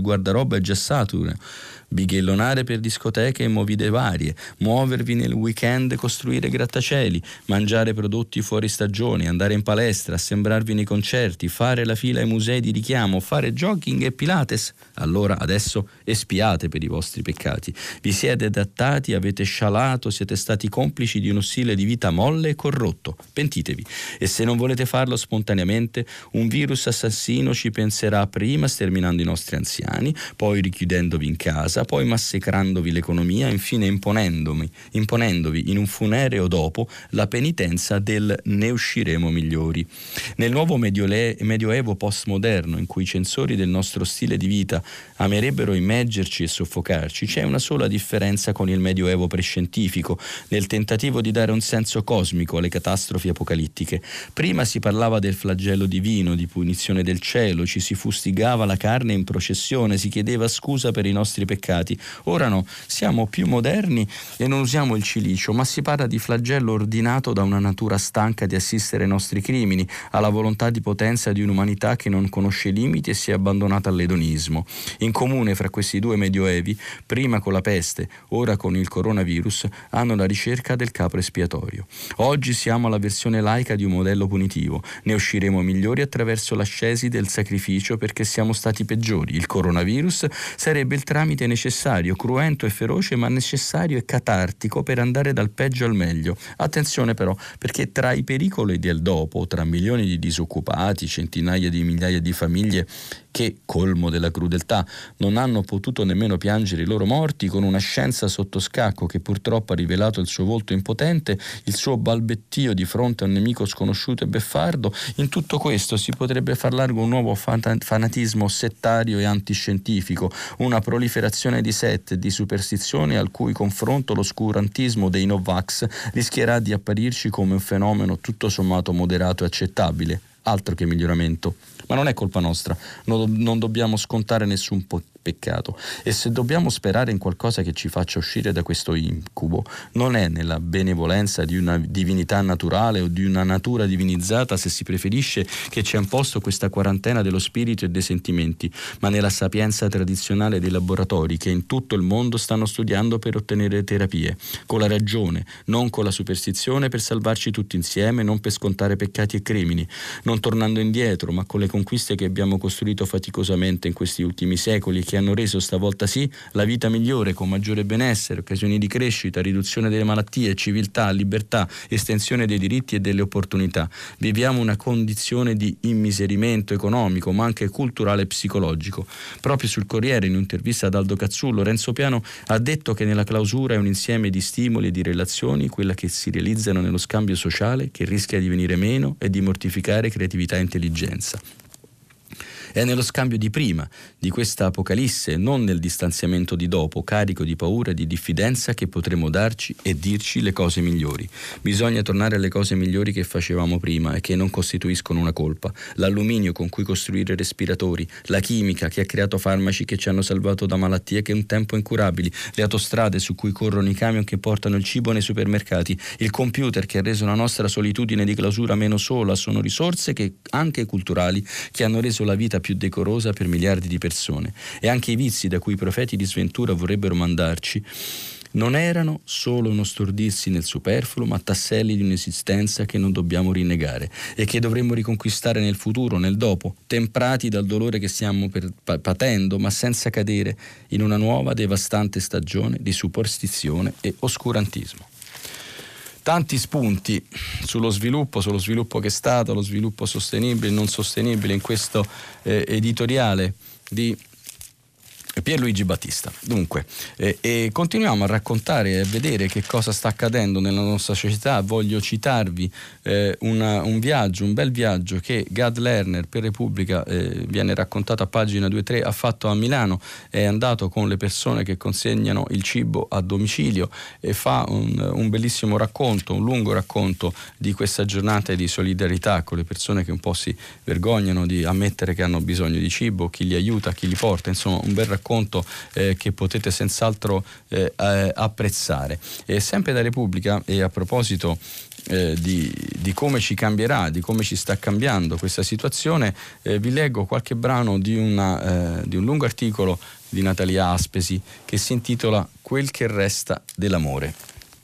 guardaroba è già saturo. Bighellonare per discoteche e movide varie, muovervi nel weekend, costruire grattacieli, mangiare prodotti fuori stagione, andare in palestra, assembrarvi nei concerti, fare la fila ai musei di richiamo, fare jogging e pilates. Allora adesso espiate per i vostri peccati. Vi siete adattati, avete scialato, siete stati complici di uno stile di vita molle e corrotto. Pentitevi. E se non volete farlo spontaneamente, un virus assassino ci penserà prima sterminando i nostri anziani, poi richiudendovi in casa, poi massacrandovi l'economia, infine imponendomi, imponendovi in un funereo dopo la penitenza del ne usciremo migliori. Nel nuovo mediole- medioevo postmoderno, in cui i censori del nostro stile di vita amerebbero immergerci e soffocarci, c'è una sola differenza con il medioevo prescientifico, nel tentativo di dare un senso cosmico alle catastrofi apocalittiche. Prima si parlava del flagello divino, di punizione del cielo, ci si fustigava la carne in processione, si chiedeva scusa per i nostri peccati. Ora no, siamo più moderni e non usiamo il cilicio, ma si parla di flagello ordinato da una natura stanca di assistere ai nostri crimini, alla volontà di potenza di un'umanità che non conosce limiti e si è abbandonata all'edonismo. In comune fra questi due medioevi, prima con la peste, ora con il coronavirus, hanno la ricerca del capro espiatorio. Oggi siamo alla versione laica di un modello punitivo, ne usciremo migliori attraverso l'ascesi del sacrificio perché siamo stati peggiori. Il coronavirus sarebbe il tramite necessario, cruento e feroce, ma necessario e catartico per andare dal peggio al meglio. Attenzione però, perché tra i pericoli del dopo, tra milioni di disoccupati, centinaia di migliaia di famiglie che, colmo della crudeltà, non hanno potuto nemmeno piangere i loro morti, con una scienza sotto scacco che purtroppo ha rivelato il suo volto impotente, il suo balbettio di fronte a un nemico sconosciuto e beffardo, in tutto questo si potrebbe far largo un nuovo fanatismo settario e antiscientifico, una proliferazione di sette e di superstizioni al cui confronto l'oscurantismo dei Novax rischierà di apparirci come un fenomeno tutto sommato moderato e accettabile. Altro che miglioramento. Ma non è colpa nostra, non, non dobbiamo scontare nessun po- peccato, e se dobbiamo sperare in qualcosa che ci faccia uscire da questo incubo, non è nella benevolenza di una divinità naturale o di una natura divinizzata, se si preferisce, che ci ha imposto questa quarantena dello spirito e dei sentimenti, ma nella sapienza tradizionale dei laboratori che in tutto il mondo stanno studiando per ottenere terapie, con la ragione, non con la superstizione, per salvarci tutti insieme, non per scontare peccati e crimini, non tornando indietro, ma con le conquiste che abbiamo costruito faticosamente in questi ultimi secoli, che hanno reso stavolta sì la vita migliore, con maggiore benessere, occasioni di crescita, riduzione delle malattie, civiltà, libertà, estensione dei diritti e delle opportunità. Viviamo una condizione di immiserimento economico, ma anche culturale e psicologico. Proprio sul Corriere, in un'intervista ad Aldo Cazzullo, Renzo Piano ha detto che nella clausura è un insieme di stimoli e di relazioni, quella che si realizzano nello scambio sociale, che rischia di venire meno e di mortificare creatività e intelligenza. È nello scambio di prima, di questa apocalisse, non nel distanziamento di dopo, carico di paura e di diffidenza, che potremo darci e dirci le cose migliori. Bisogna tornare alle cose migliori che facevamo prima e che non costituiscono una colpa. L'alluminio con cui costruire respiratori, la chimica che ha creato farmaci che ci hanno salvato da malattie che un tempo incurabili, le autostrade su cui corrono i camion che portano il cibo nei supermercati, il computer che ha reso la nostra solitudine di clausura meno sola, sono risorse che, anche culturali, che hanno reso la vita più decorosa per miliardi di persone. E anche i vizi da cui i profeti di sventura vorrebbero mandarci non erano solo uno stordirsi nel superfluo, ma tasselli di un'esistenza che non dobbiamo rinnegare e che dovremmo riconquistare nel futuro, nel dopo, temprati dal dolore che stiamo per, patendo, ma senza cadere in una nuova devastante stagione di superstizione e oscurantismo. Tanti spunti sullo sviluppo, sullo sviluppo che è stato, lo sviluppo sostenibile e non sostenibile in questo eh, editoriale di Pierluigi Battista. Dunque, eh, e continuiamo a raccontare e a vedere che cosa sta accadendo nella nostra società. Voglio citarvi eh, una, un viaggio, un bel viaggio che Gad Lerner per Repubblica, eh, viene raccontato a pagina due tre, ha fatto a Milano. È andato con le persone che consegnano il cibo a domicilio e fa un, un bellissimo racconto, un lungo racconto di questa giornata di solidarietà con le persone che un po' si vergognano di ammettere che hanno bisogno di cibo, chi li aiuta, chi li porta, insomma un bel racconto conto eh, che potete senz'altro eh, apprezzare. E sempre da Repubblica, e a proposito eh, di, di come ci cambierà, di come ci sta cambiando questa situazione, eh, vi leggo qualche brano di, una, eh, di un lungo articolo di Natalia Aspesi che si intitola Quel che resta dell'amore.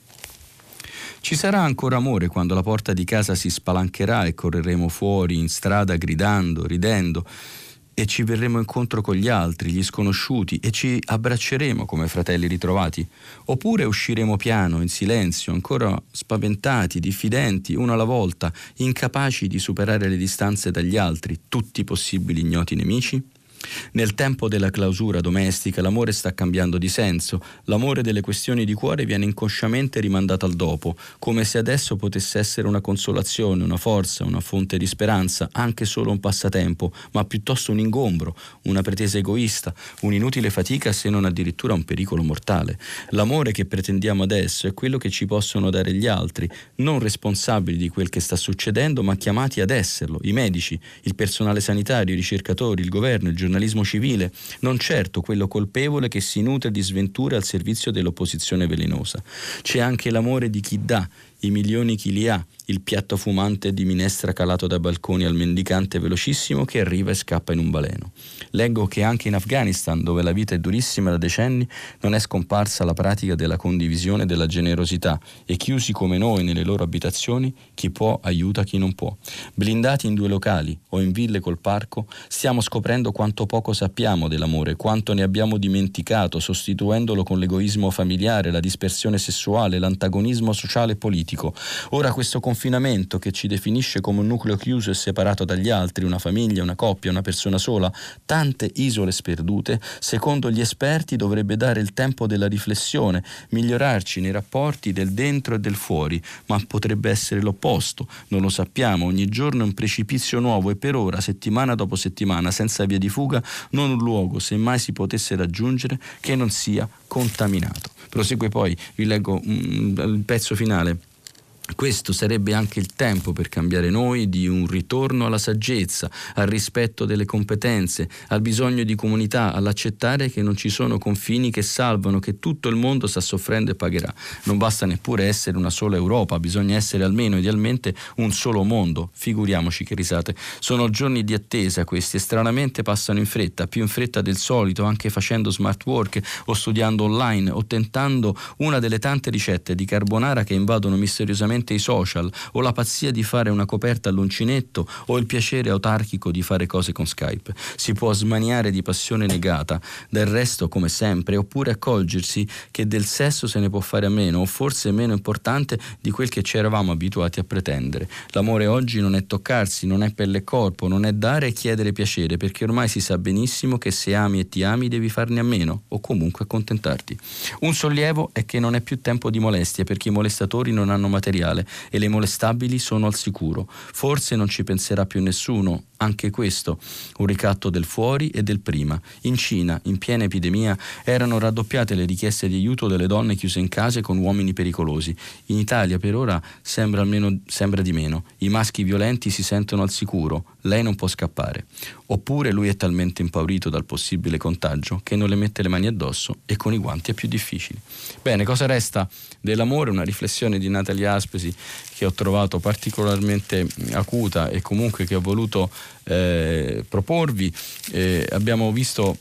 Ci sarà ancora amore quando la porta di casa si spalancherà e correremo fuori in strada gridando, ridendo, e ci verremo incontro con gli altri, gli sconosciuti, e ci abbracceremo come fratelli ritrovati? Oppure usciremo piano, in silenzio, ancora spaventati, diffidenti, uno alla volta, incapaci di superare le distanze dagli altri, tutti possibili ignoti nemici? Nel tempo della clausura domestica l'amore sta cambiando di senso, l'amore delle questioni di cuore viene inconsciamente rimandato al dopo, come se adesso potesse essere una consolazione, una forza, una fonte di speranza, anche solo un passatempo, ma piuttosto un ingombro, una pretesa egoista, un'inutile fatica, se non addirittura un pericolo mortale. L'amore che pretendiamo adesso è quello che ci possono dare gli altri, non responsabili di quel che sta succedendo, ma chiamati ad esserlo, i medici, il personale sanitario, i ricercatori, il governo, il giornalismo civile, non certo quello colpevole che si nutre di sventure al servizio dell'opposizione velenosa. C'è anche l'amore di chi dà, i milioni chi li ha, il piatto fumante di minestra calato dai balconi al mendicante velocissimo che arriva e scappa in un baleno. Leggo che anche in Afghanistan, dove la vita è durissima da decenni, non è scomparsa la pratica della condivisione e della generosità, e chiusi come noi nelle loro abitazioni, chi può aiuta chi non può. Blindati in due locali o in ville col parco, stiamo scoprendo quanto poco sappiamo dell'amore, quanto ne abbiamo dimenticato, sostituendolo con l'egoismo familiare, la dispersione sessuale, l'antagonismo sociale e politico. Ora questo confinamento che ci definisce come un nucleo chiuso e separato dagli altri, una famiglia, una coppia, una persona sola, tante isole sperdute, secondo gli esperti dovrebbe dare il tempo della riflessione, migliorarci nei rapporti del dentro e del fuori, ma potrebbe essere l'opposto, non lo sappiamo, ogni giorno è un precipizio nuovo e per ora, settimana dopo settimana, senza via di fuga, non un luogo, se mai si potesse raggiungere, che non sia contaminato. Prosegue poi, vi leggo mm, il pezzo finale. Questo sarebbe anche il tempo per cambiare noi di un ritorno alla saggezza, al rispetto delle competenze, al bisogno di comunità, all'accettare che non ci sono confini che salvano, che tutto il mondo sta soffrendo e pagherà. Non basta neppure essere una sola Europa, bisogna essere almeno idealmente un solo mondo. Figuriamoci che risate. Sono giorni di attesa questi e stranamente passano in fretta, più in fretta del solito, anche facendo smart work o studiando online o tentando una delle tante ricette di carbonara che invadono misteriosamente i social, o la pazzia di fare una coperta all'uncinetto, o il piacere autarchico di fare cose con Skype. Si può smaniare di passione negata, del resto come sempre, oppure accorgersi che del sesso se ne può fare a meno, o forse è meno importante di quel che ci eravamo abituati a pretendere. L'amore oggi non è toccarsi, non è pelle e corpo, non è dare e chiedere piacere, perché ormai si sa benissimo che se ami e ti ami devi farne a meno, o comunque accontentarti. Un sollievo è che non è più tempo di molestie, perché i molestatori non hanno materiale e le molestabili sono al sicuro. Forse non ci penserà più nessuno, anche questo, un ricatto del fuori e del prima. In Cina, in piena epidemia, erano raddoppiate le richieste di aiuto delle donne chiuse in case con uomini pericolosi. In Italia per ora sembra almeno sembra di meno. I maschi violenti si sentono al sicuro, lei non può scappare. Oppure lui è talmente impaurito dal possibile contagio che non le mette le mani addosso e con i guanti è più difficile. Bene, cosa resta dell'amore? Una riflessione di Natalia Aspesi che ho trovato particolarmente acuta e comunque che ho voluto eh, proporvi. Eh, abbiamo visto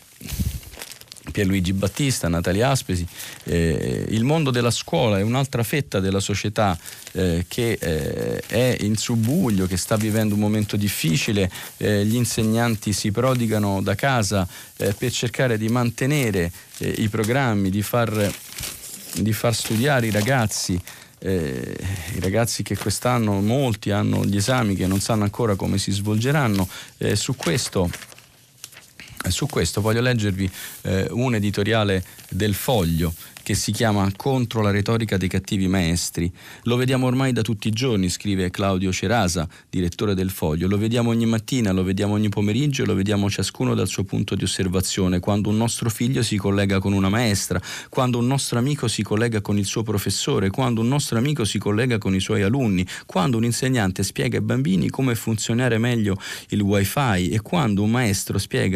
Pierluigi Battista, Natalia Aspesi, eh, il mondo della scuola è un'altra fetta della società eh, che eh, è in subbuglio, che sta vivendo un momento difficile, eh, gli insegnanti si prodigano da casa eh, per cercare di mantenere eh, i programmi, di far, di far studiare i ragazzi. Eh, i ragazzi che quest'anno molti hanno gli esami che non sanno ancora come si svolgeranno. Eh, su questo su questo voglio leggervi eh, un editoriale del Foglio che si chiama Contro la retorica dei cattivi maestri. Lo vediamo ormai da tutti i giorni, scrive Claudio Cerasa, direttore del Foglio. Lo vediamo ogni mattina, lo vediamo ogni pomeriggio, lo vediamo ciascuno dal suo punto di osservazione. Quando un nostro figlio si collega con una maestra, quando un nostro amico si collega con il suo professore, quando un nostro amico si collega con i suoi alunni, quando un insegnante spiega ai bambini come funzionare meglio il wifi e quando un maestro spiega ai nostri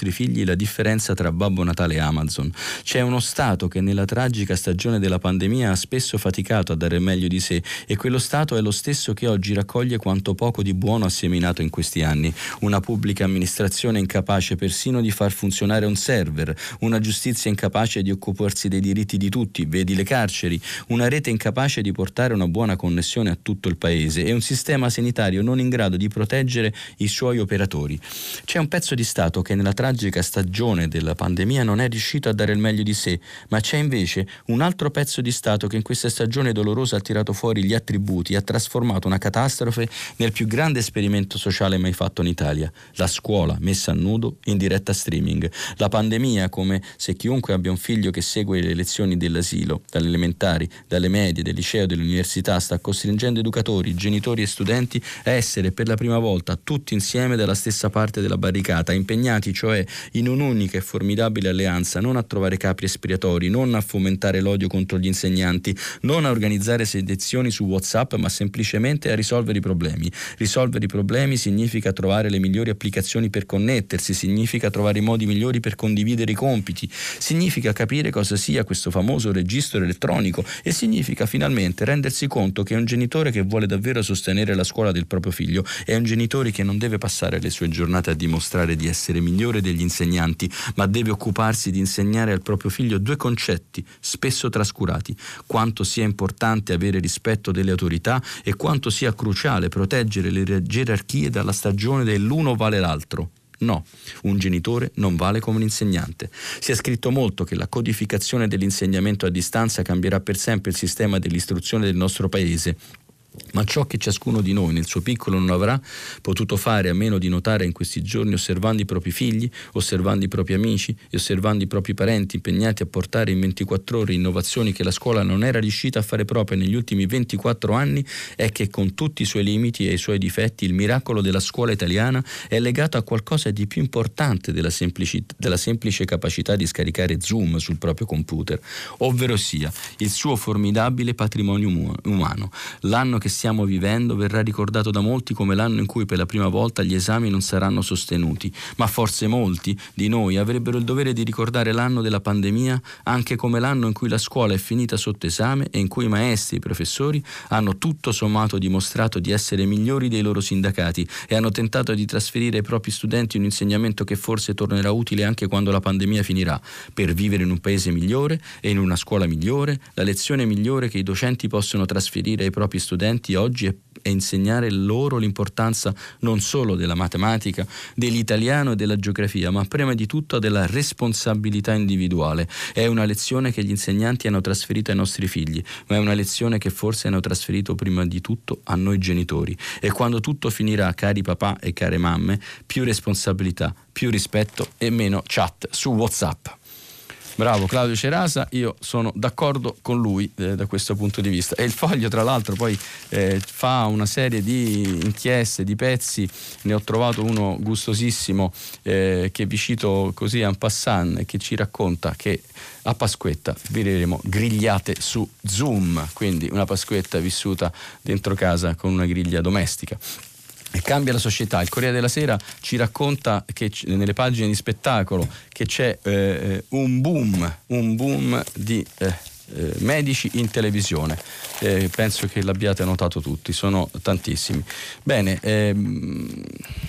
nostri figli la differenza tra Babbo Natale e Amazon. C'è uno Stato che nella tragica stagione della pandemia ha spesso faticato a dare il meglio di sé, e quello Stato è lo stesso che oggi raccoglie quanto poco di buono ha seminato in questi anni. Una pubblica amministrazione incapace persino di far funzionare un server, una giustizia incapace di occuparsi dei diritti di tutti, vedi le carceri, una rete incapace di portare una buona connessione a tutto il paese e un sistema sanitario non in grado di proteggere i suoi operatori. C'è un pezzo di Stato che nella tragica stagione della pandemia non è riuscito a dare il meglio di sé, ma c'è invece un altro pezzo di Stato che in questa stagione dolorosa ha tirato fuori gli attributi e ha trasformato una catastrofe nel più grande esperimento sociale mai fatto in Italia: la scuola messa a nudo in diretta streaming. La pandemia, come se chiunque abbia un figlio che segue le lezioni dell'asilo, dalle elementari, dalle medie, del liceo, dell'università, sta costringendo educatori, genitori e studenti a essere per la prima volta tutti insieme dalla stessa parte della barricata, impegnati cioè in un'unica e formidabile alleanza, non a trovare capri espiatori, non a fomentare l'odio contro gli insegnanti, non a organizzare sedizioni su WhatsApp, ma semplicemente a risolvere i problemi. Risolvere i problemi significa trovare le migliori applicazioni per connettersi, significa trovare i modi migliori per condividere i compiti, significa capire cosa sia questo famoso registro elettronico e significa finalmente rendersi conto che un genitore che vuole davvero sostenere la scuola del proprio figlio è un genitore che non deve passare le sue giornate a dimostrare di essere migliore degli insegnanti, ma deve occuparsi di insegnare al proprio figlio due concetti spesso trascurati: quanto sia importante avere rispetto delle autorità e quanto sia cruciale proteggere le gerarchie dalla stagione dell'uno vale l'altro. No, un genitore non vale come un insegnante. Si è scritto molto che la codificazione dell'insegnamento a distanza cambierà per sempre il sistema dell'istruzione del nostro paese. Ma ciò che ciascuno di noi nel suo piccolo non avrà potuto fare a meno di notare in questi giorni, osservando i propri figli, osservando i propri amici e osservando i propri parenti impegnati a portare in ventiquattro ore innovazioni che la scuola non era riuscita a fare proprie negli ultimi ventiquattro anni, è che con tutti i suoi limiti e i suoi difetti il miracolo della scuola italiana è legato a qualcosa di più importante della, semplicità, della semplice capacità di scaricare Zoom sul proprio computer, ovvero sia il suo formidabile patrimonio umano. L'anno che stiamo vivendo verrà ricordato da molti come l'anno in cui per la prima volta gli esami non saranno sostenuti, ma forse molti di noi avrebbero il dovere di ricordare l'anno della pandemia anche come l'anno in cui la scuola è finita sotto esame e in cui i maestri e i professori hanno tutto sommato dimostrato di essere migliori dei loro sindacati e hanno tentato di trasferire ai propri studenti un insegnamento che forse tornerà utile anche quando la pandemia finirà, per vivere in un paese migliore e in una scuola migliore. La lezione migliore che i docenti possono trasferire ai propri studenti oggi è, è insegnare loro l'importanza non solo della matematica, dell'italiano e della geografia, ma prima di tutto della responsabilità individuale. È una lezione che gli insegnanti hanno trasferito ai nostri figli, ma è una lezione che forse hanno trasferito prima di tutto a noi genitori. E quando tutto finirà, cari papà e care mamme, più responsabilità, più rispetto e meno chat su WhatsApp. Bravo Claudio Cerasa, io sono d'accordo con lui eh, da questo punto di vista. E il Foglio, tra l'altro, poi eh, fa una serie di inchieste, di pezzi. Ne ho trovato uno gustosissimo eh, che vi cito così en passant, che ci racconta che a Pasquetta vivremo grigliate su Zoom, quindi una Pasquetta vissuta dentro casa con una griglia domestica. E cambia la società. Il Corriere della Sera ci racconta che c- nelle pagine di spettacolo che c'è eh, un boom, un boom di eh, eh, medici in televisione. Eh, penso che l'abbiate notato tutti, sono tantissimi. Bene, ehm,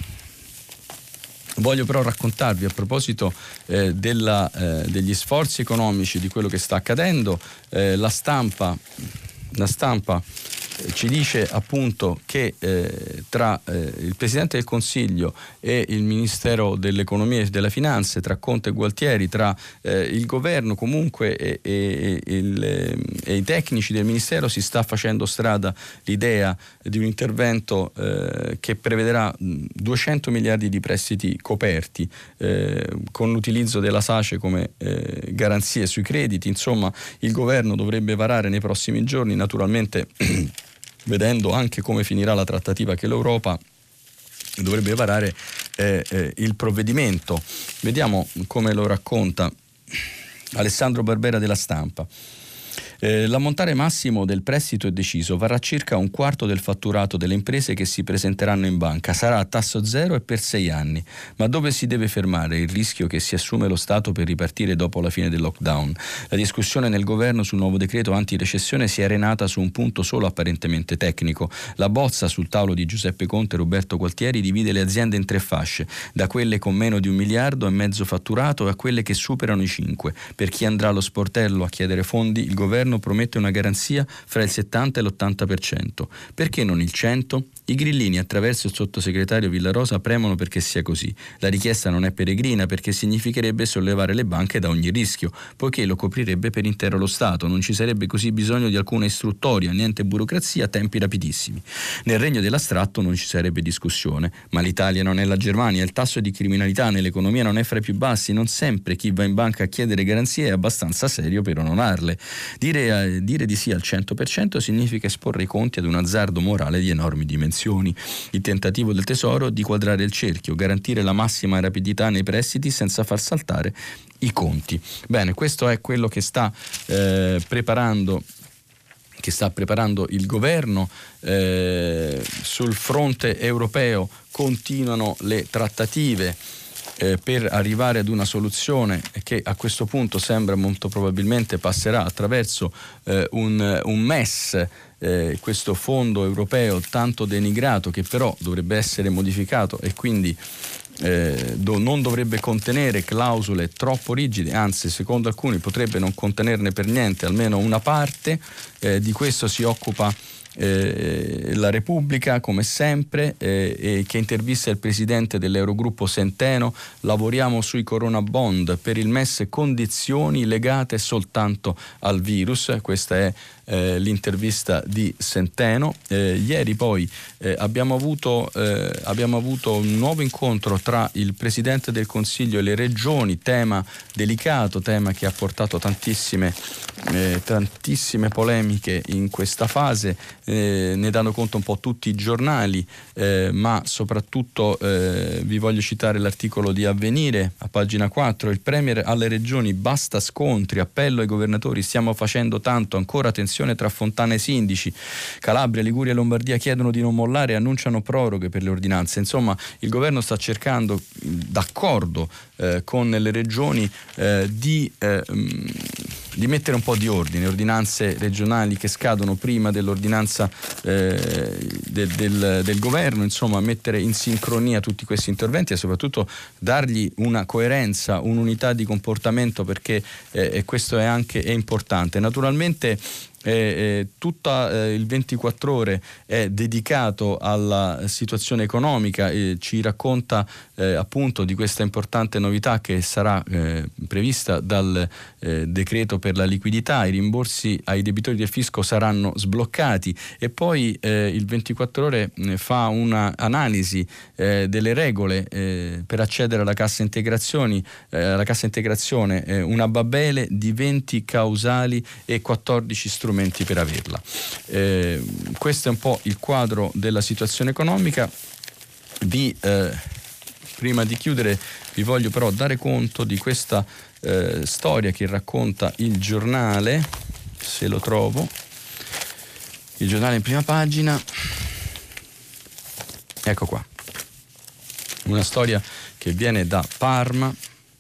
voglio però raccontarvi a proposito eh, della, eh, degli sforzi economici, di quello che sta accadendo. Eh, la stampa, la stampa ci dice appunto che eh, tra eh, il Presidente del Consiglio e il Ministero dell'Economia e delle Finanze, tra Conte e Gualtieri, tra eh, il governo comunque e, e, e, il, e i tecnici del Ministero si sta facendo strada l'idea di un intervento eh, che prevederà duecento miliardi di prestiti coperti eh, con l'utilizzo della SACE come eh, garanzie sui crediti. Insomma, il governo dovrebbe varare nei prossimi giorni, naturalmente vedendo anche come finirà la trattativa che l'Europa dovrebbe varare eh, eh, il provvedimento. Vediamo come lo racconta Alessandro Barbera della Stampa. Eh, l'ammontare massimo del prestito è deciso, varrà circa un quarto del fatturato delle imprese che si presenteranno in banca, sarà a tasso zero e per sei anni. Ma dove si deve fermare il rischio che si assume lo Stato per ripartire dopo la fine del lockdown? La discussione nel governo sul nuovo decreto antirecessione si è arenata su un punto solo apparentemente tecnico. La bozza sul tavolo di Giuseppe Conte e Roberto Gualtieri divide le aziende in tre fasce, da quelle con meno di un miliardo e mezzo fatturato a quelle che superano i cinque. Per chi andrà allo sportello a chiedere fondi, il governo promette una garanzia fra il settanta e l'ottanta per cento. Perché non il cento? I grillini, attraverso il sottosegretario Villarosa, premono perché sia così. La richiesta non è peregrina perché significherebbe sollevare le banche da ogni rischio, poiché lo coprirebbe per intero lo Stato. Non ci sarebbe così bisogno di alcuna istruttoria, niente burocrazia, tempi rapidissimi. Nel regno dell'astratto non ci sarebbe discussione, ma l'Italia non è la Germania, il tasso di criminalità nell'economia non è fra i più bassi, non sempre chi va in banca a chiedere garanzie è abbastanza serio per onorarle. Dire, eh, dire di sì al cento per cento significa esporre i conti ad un azzardo morale di enormi dimensioni. Il tentativo del Tesoro di quadrare il cerchio, garantire la massima rapidità nei prestiti senza far saltare i conti. Bene, questo è quello che sta eh, preparando che sta preparando il governo. Eh, sul fronte europeo continuano le trattative Eh, per arrivare ad una soluzione che a questo punto sembra molto probabilmente passerà attraverso eh, un, un M E S, eh, questo fondo europeo tanto denigrato che però dovrebbe essere modificato e quindi eh, do, non dovrebbe contenere clausole troppo rigide, anzi secondo alcuni potrebbe non contenerne per niente, almeno una parte. Eh, di questo si occupa Eh, la Repubblica come sempre, eh, eh, che intervista il presidente dell'Eurogruppo Centeno. Lavoriamo sui corona bond, per il M E S condizioni legate soltanto al virus. Questa è eh, l'intervista di Centeno. Eh, ieri poi eh, abbiamo avuto eh, abbiamo avuto un nuovo incontro tra il presidente del Consiglio e le regioni, tema delicato, tema che ha portato tantissime eh, tantissime polemiche in questa fase. Eh, ne danno conto un po' tutti i giornali, eh, ma soprattutto eh, vi voglio citare l'articolo di Avvenire a pagina quattro. Il Premier alle regioni, basta scontri, appello ai governatori, stiamo facendo tanto, ancora tensione tra Fontana e sindaci. Calabria, Liguria e Lombardia chiedono di non mollare e annunciano proroghe per le ordinanze. Insomma, il governo sta cercando, d'accordo eh, con le regioni, eh, di eh, di mettere un po' di ordine, ordinanze regionali che scadono prima dell'ordinanza eh, del, del, del governo, insomma mettere in sincronia tutti questi interventi e soprattutto dargli una coerenza, un'unità di comportamento, perché eh, questo è anche è importante. Naturalmente Eh, eh, tutta eh, il ventiquattro ore è dedicato alla situazione economica e ci racconta eh, appunto di questa importante novità che sarà eh, prevista dal eh, decreto per la liquidità. I rimborsi ai debitori del fisco saranno sbloccati e poi eh, il ventiquattro ore eh, fa una analisi eh, delle regole eh, per accedere alla cassa integrazioni eh, alla cassa integrazione, eh, una babele di venti causali e quattordici strumenti per averla. Eh, questo è un po' il quadro della situazione economica. Vi, eh, prima di chiudere vi voglio però dare conto di questa eh, storia che racconta il giornale, se lo trovo, il giornale in prima pagina, ecco qua, una storia che viene da Parma.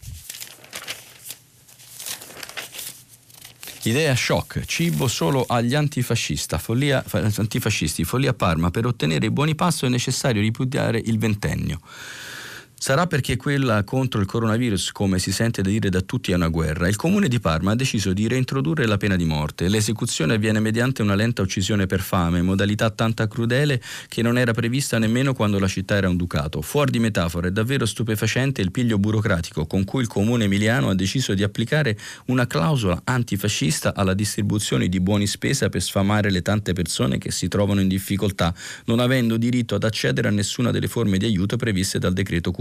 Idea shock, cibo solo agli antifascista, follia, antifascisti, follia a Parma, per ottenere i buoni pasto è necessario ripudiare il ventennio. Sarà perché quella contro il coronavirus, come si sente da dire da tutti, è una guerra. Il comune di Parma ha deciso di reintrodurre la pena di morte. L'esecuzione avviene mediante una lenta uccisione per fame, modalità tanta crudele che non era prevista nemmeno quando la città era un ducato. Fuori di metafora, è davvero stupefacente il piglio burocratico con cui il comune emiliano ha deciso di applicare una clausola antifascista alla distribuzione di buoni spesa per sfamare le tante persone che si trovano in difficoltà, non avendo diritto ad accedere a nessuna delle forme di aiuto previste dal decreto cura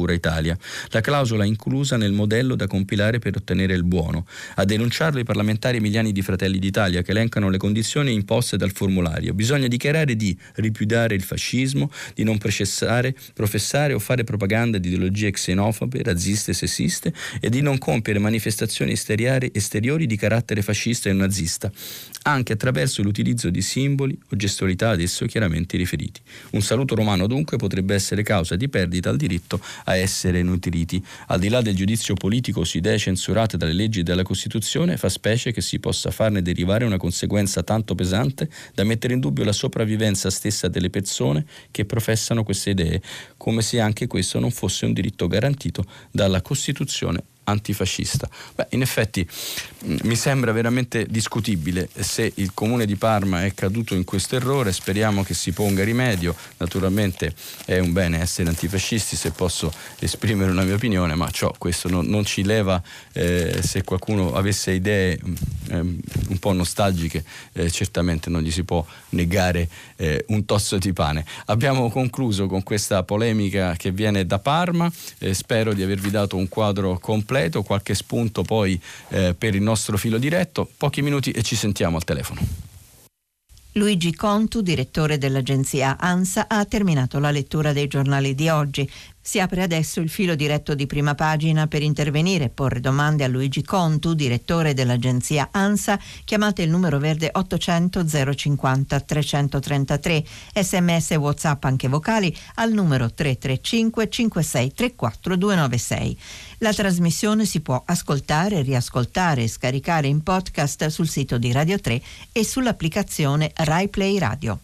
Sicura Italia. La clausola è inclusa nel modello da compilare per ottenere il buono. A denunciarlo i parlamentari emiliani di Fratelli d'Italia, che elencano le condizioni imposte dal formulario. Bisogna dichiarare di ripudiare il fascismo, di non processare, professare o fare propaganda di ideologie xenofobe, razziste e sessiste e di non compiere manifestazioni esteriori, esteriori di carattere fascista e nazista, anche attraverso l'utilizzo di simboli o gestualità ad esso chiaramente riferiti. Un saluto romano dunque potrebbe essere causa di perdita al diritto a essere nutriti. Al di là del giudizio politico su idee censurate dalle leggi e dalla Costituzione, fa specie che si possa farne derivare una conseguenza tanto pesante da mettere in dubbio la sopravvivenza stessa delle persone che professano queste idee, come se anche questo non fosse un diritto garantito dalla Costituzione antifascista. Beh, in effetti mh, mi sembra veramente discutibile se il Comune di Parma è caduto in questo errore. Speriamo che si ponga rimedio. Naturalmente è un bene essere antifascisti, se posso esprimere una mia opinione, ma ciò questo non, non ci leva eh, se qualcuno avesse idee eh, un po' nostalgiche, eh, certamente non gli si può negare eh, un tosto di pane. Abbiamo concluso con questa polemica che viene da Parma, eh, spero di avervi dato un quadro completo, qualche spunto poi eh, per il nostro filo diretto. Pochi minuti e ci sentiamo al telefono. Luigi Contu, direttore dell'agenzia ANSA, ha terminato la lettura dei giornali di oggi. Si apre adesso il filo diretto di Prima Pagina. Per intervenire e porre domande a Luigi Contu, direttore dell'agenzia ANSA, chiamate il numero verde ottocento zero cinquanta trecentotrentatré, sms e WhatsApp anche vocali al numero tre tre cinque cinque sei tre quattro due nove sei. La trasmissione si può ascoltare, riascoltare e scaricare in podcast sul sito di Radio tre e sull'applicazione Rai Play Radio.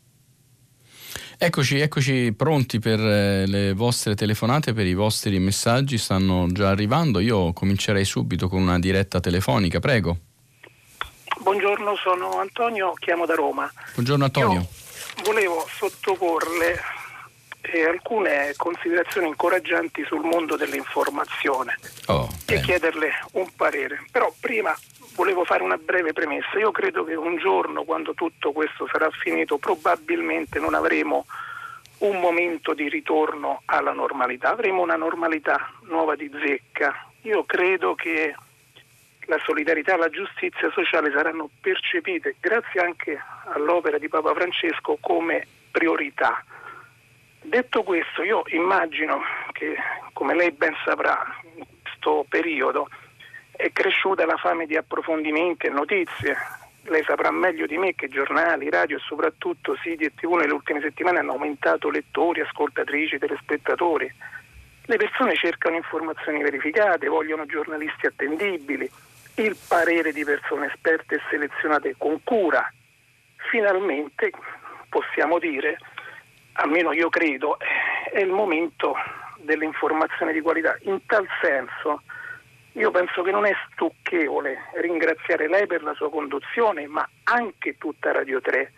Eccoci, eccoci pronti per eh, le vostre telefonate, per i vostri messaggi, stanno già arrivando. Io comincerei subito con una diretta telefonica, prego. Buongiorno, sono Antonio, chiamo da Roma. Buongiorno Antonio. Io volevo sottoporle eh, alcune considerazioni incoraggianti sul mondo dell'informazione oh, e chiederle un parere. Però prima volevo fare una breve premessa. Io credo che un giorno, quando tutto questo sarà finito, probabilmente non avremo un momento di ritorno alla normalità, avremo una normalità nuova di zecca. Io credo che la solidarietà e la giustizia sociale saranno percepite, grazie anche all'opera di Papa Francesco, come priorità. Detto questo, io immagino che, come lei ben saprà, in questo periodo è cresciuta la fame di approfondimenti e notizie. Lei saprà meglio di me che giornali, radio e soprattutto siti e tivù nelle ultime settimane hanno aumentato lettori, ascoltatrici, telespettatori. Le persone cercano informazioni verificate, vogliono giornalisti attendibili, il parere di persone esperte e selezionate con cura. Finalmente, possiamo dire, almeno io credo, è il momento dell'informazione di qualità. In tal senso, io penso che non è stucchevole ringraziare lei per la sua conduzione, ma anche tutta Radio tre.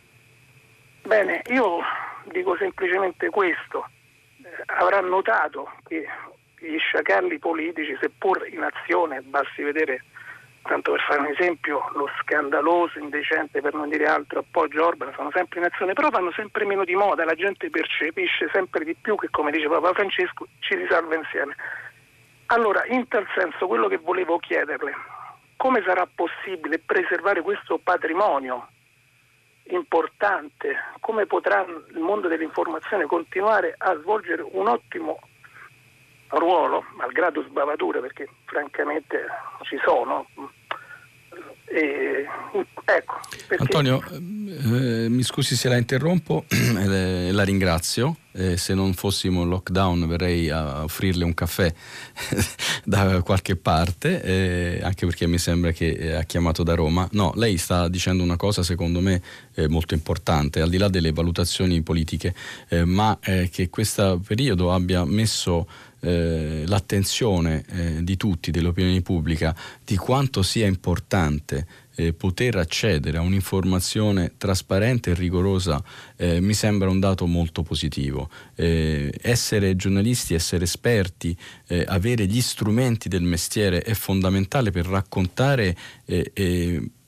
Bene, io dico semplicemente questo. Eh, avrà notato che gli sciacalli politici, seppur in azione, basti vedere, tanto per fare un esempio, lo scandaloso, indecente, per non dire altro, appoggio Orban, sono sempre in azione, però vanno sempre meno di moda, la gente percepisce sempre di più che, come dice Papa Francesco, ci si salva insieme. Allora, in tal senso, quello che volevo chiederle, come sarà possibile preservare questo patrimonio importante? Come potrà il mondo dell'informazione continuare a svolgere un ottimo ruolo, malgrado sbavature, perché francamente ci sono? E, ecco, perché... Antonio, eh, mi scusi se la interrompo, eh, la ringrazio. Eh, se non fossimo in lockdown verrei a offrirle un caffè da qualche parte, eh, anche perché mi sembra che eh, ha chiamato da Roma. No, lei sta dicendo una cosa secondo me eh, molto importante, al di là delle valutazioni politiche, eh, ma eh, che questo periodo abbia messo eh, l'attenzione eh, di tutti, dell'opinione pubblica, di quanto sia importante Eh, poter accedere a un'informazione trasparente e rigorosa. Eh, mi sembra un dato molto positivo. Eh, essere giornalisti, essere esperti, eh, avere gli strumenti del mestiere è fondamentale per raccontare eh, eh,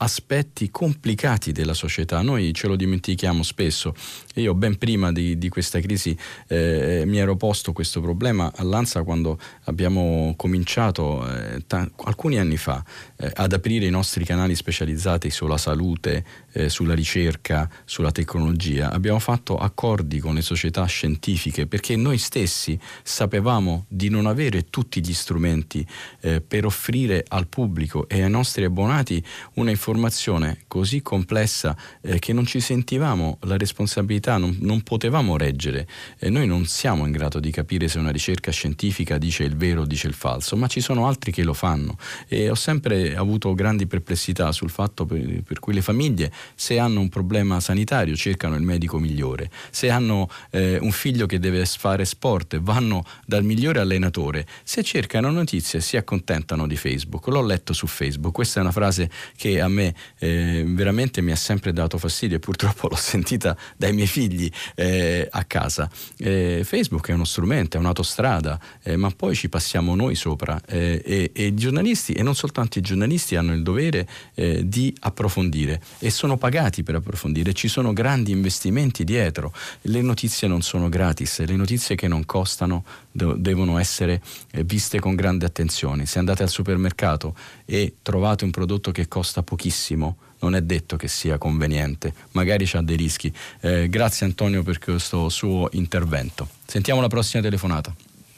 aspetti complicati della società. Noi ce lo dimentichiamo spesso. Io ben prima di, di questa crisi eh, mi ero posto questo problema all'ANSA quando abbiamo cominciato eh, t- alcuni anni fa eh, ad aprire i nostri canali specializzati sulla salute, eh, sulla ricerca, sulla tecnologia. Abbiamo fatto accordi con le società scientifiche perché noi stessi sapevamo di non avere tutti gli strumenti eh, per offrire al pubblico e ai nostri abbonati una informazione così complessa eh, che non ci sentivamo la responsabilità, non, non potevamo reggere. Eh, noi non siamo in grado di capire se una ricerca scientifica dice il vero o dice il falso, ma ci sono altri che lo fanno, e ho sempre avuto grandi perplessità sul fatto per, per cui le famiglie, se hanno un problema sanitario, cercano il medico migliore, se hanno eh, un figlio che deve fare sport, vanno dal migliore allenatore, se cercano notizie si accontentano di Facebook. L'ho letto su Facebook, questa è una frase che a me eh, veramente mi ha sempre dato fastidio e purtroppo l'ho sentita dai miei figli eh, a casa. Eh, Facebook è uno strumento, è un'autostrada, eh, ma poi ci passiamo noi sopra eh, e, e i giornalisti, e non soltanto i giornalisti, hanno il dovere eh, di approfondire e sono pagati per approfondire. Ci sono grandi investimenti dietro, le notizie non sono gratis, le notizie che non costano do- devono essere eh, viste con grande attenzione. Se andate al supermercato e trovate un prodotto che costa pochissimo, non è detto che sia conveniente, magari c'ha dei rischi. Eh, grazie Antonio per questo suo intervento. Sentiamo la prossima telefonata.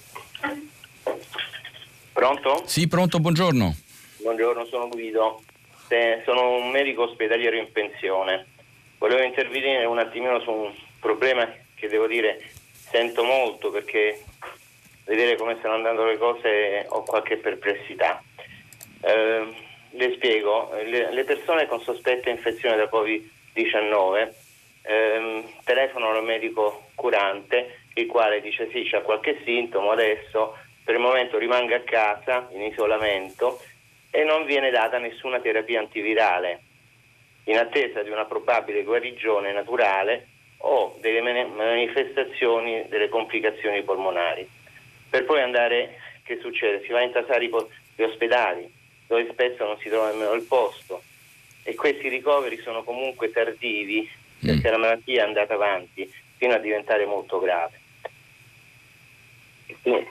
Pronto? Sì, pronto, buongiorno. Buongiorno, sono Guido. Eh, sono un medico ospedaliero in pensione. Volevo intervenire un attimino su un problema che devo dire sento molto, perché vedere come stanno andando le cose ho qualche perplessità. Eh, le spiego, le, le persone con sospetta infezione da covid diciannove ehm, telefonano al medico curante, il quale dice sì, c'ha qualche sintomo, adesso per il momento rimanga a casa in isolamento e non viene data nessuna terapia antivirale in attesa di una probabile guarigione naturale o delle manifestazioni delle complicazioni polmonari. Per poi andare, che succede? Si va a intasare gli ospedali, dove spesso non si trova nemmeno il posto, e questi ricoveri sono comunque tardivi perché mm. la malattia è andata avanti fino a diventare molto grave. Quindi,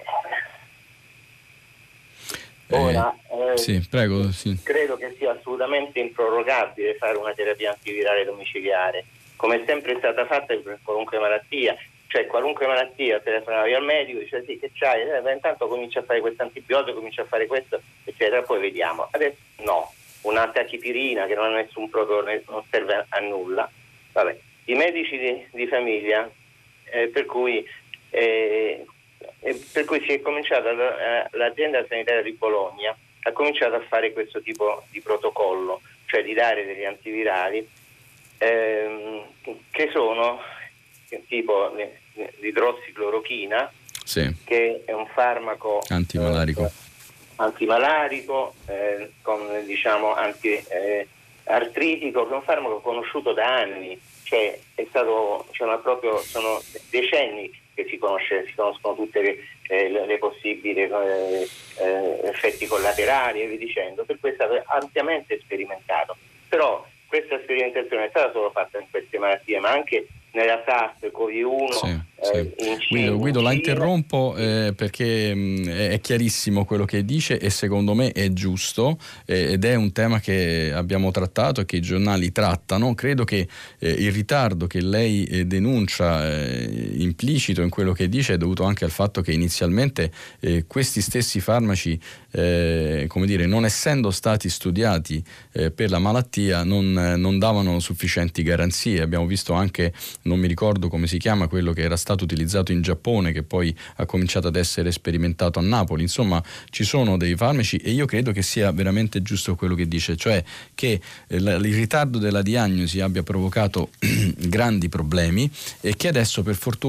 ora eh, eh, sì, prego, sì. credo che sia assolutamente improrogabile fare una terapia antivirale domiciliare, come è sempre stata fatta per qualunque malattia. Cioè qualunque malattia telefonavi al medico, dice sì, che c'hai? Eh, intanto comincia a fare questo antibiotico, comincia a fare questo, eccetera, poi vediamo. Adesso no, una tachipirina che non ha nessun protocollo, non serve a nulla. Vabbè, i medici di, di famiglia, eh, per cui eh, per cui si è cominciata, l'azienda sanitaria di Bologna ha cominciato a fare questo tipo di protocollo, cioè di dare degli antivirali ehm, che sono tipo l'idrossiclorochina, sì, che è un farmaco antimalarico, eh, antimalarico eh, con diciamo anti eh, artritico, che è un farmaco conosciuto da anni, cioè è stato cioè, proprio sono decenni che si conosce, si conoscono tutte le, eh, le, le possibili eh, eh, effetti collaterali e via dicendo, per cui è stato ampiamente sperimentato. Però questa sperimentazione è stata solo fatta in queste malattie, ma anche nella SARS, covid uno, sì, eh, sì. in Cina, Guido, Guido in la Cina. interrompo eh, perché mh, è chiarissimo quello che dice e secondo me è giusto eh, ed è un tema che abbiamo trattato e che i giornali trattano. Credo che eh, il ritardo che lei eh, denuncia eh, implicito in quello che dice è dovuto anche al fatto che inizialmente eh, questi stessi farmaci eh, come dire, non essendo stati studiati eh, per la malattia non, non davano sufficienti garanzie. Abbiamo visto anche, non mi ricordo come si chiama, quello che era stato utilizzato in Giappone, che poi ha cominciato ad essere sperimentato a Napoli. Insomma, ci sono dei farmaci e io credo che sia veramente giusto quello che dice, cioè che eh, il ritardo della diagnosi abbia provocato grandi problemi e che adesso per fortuna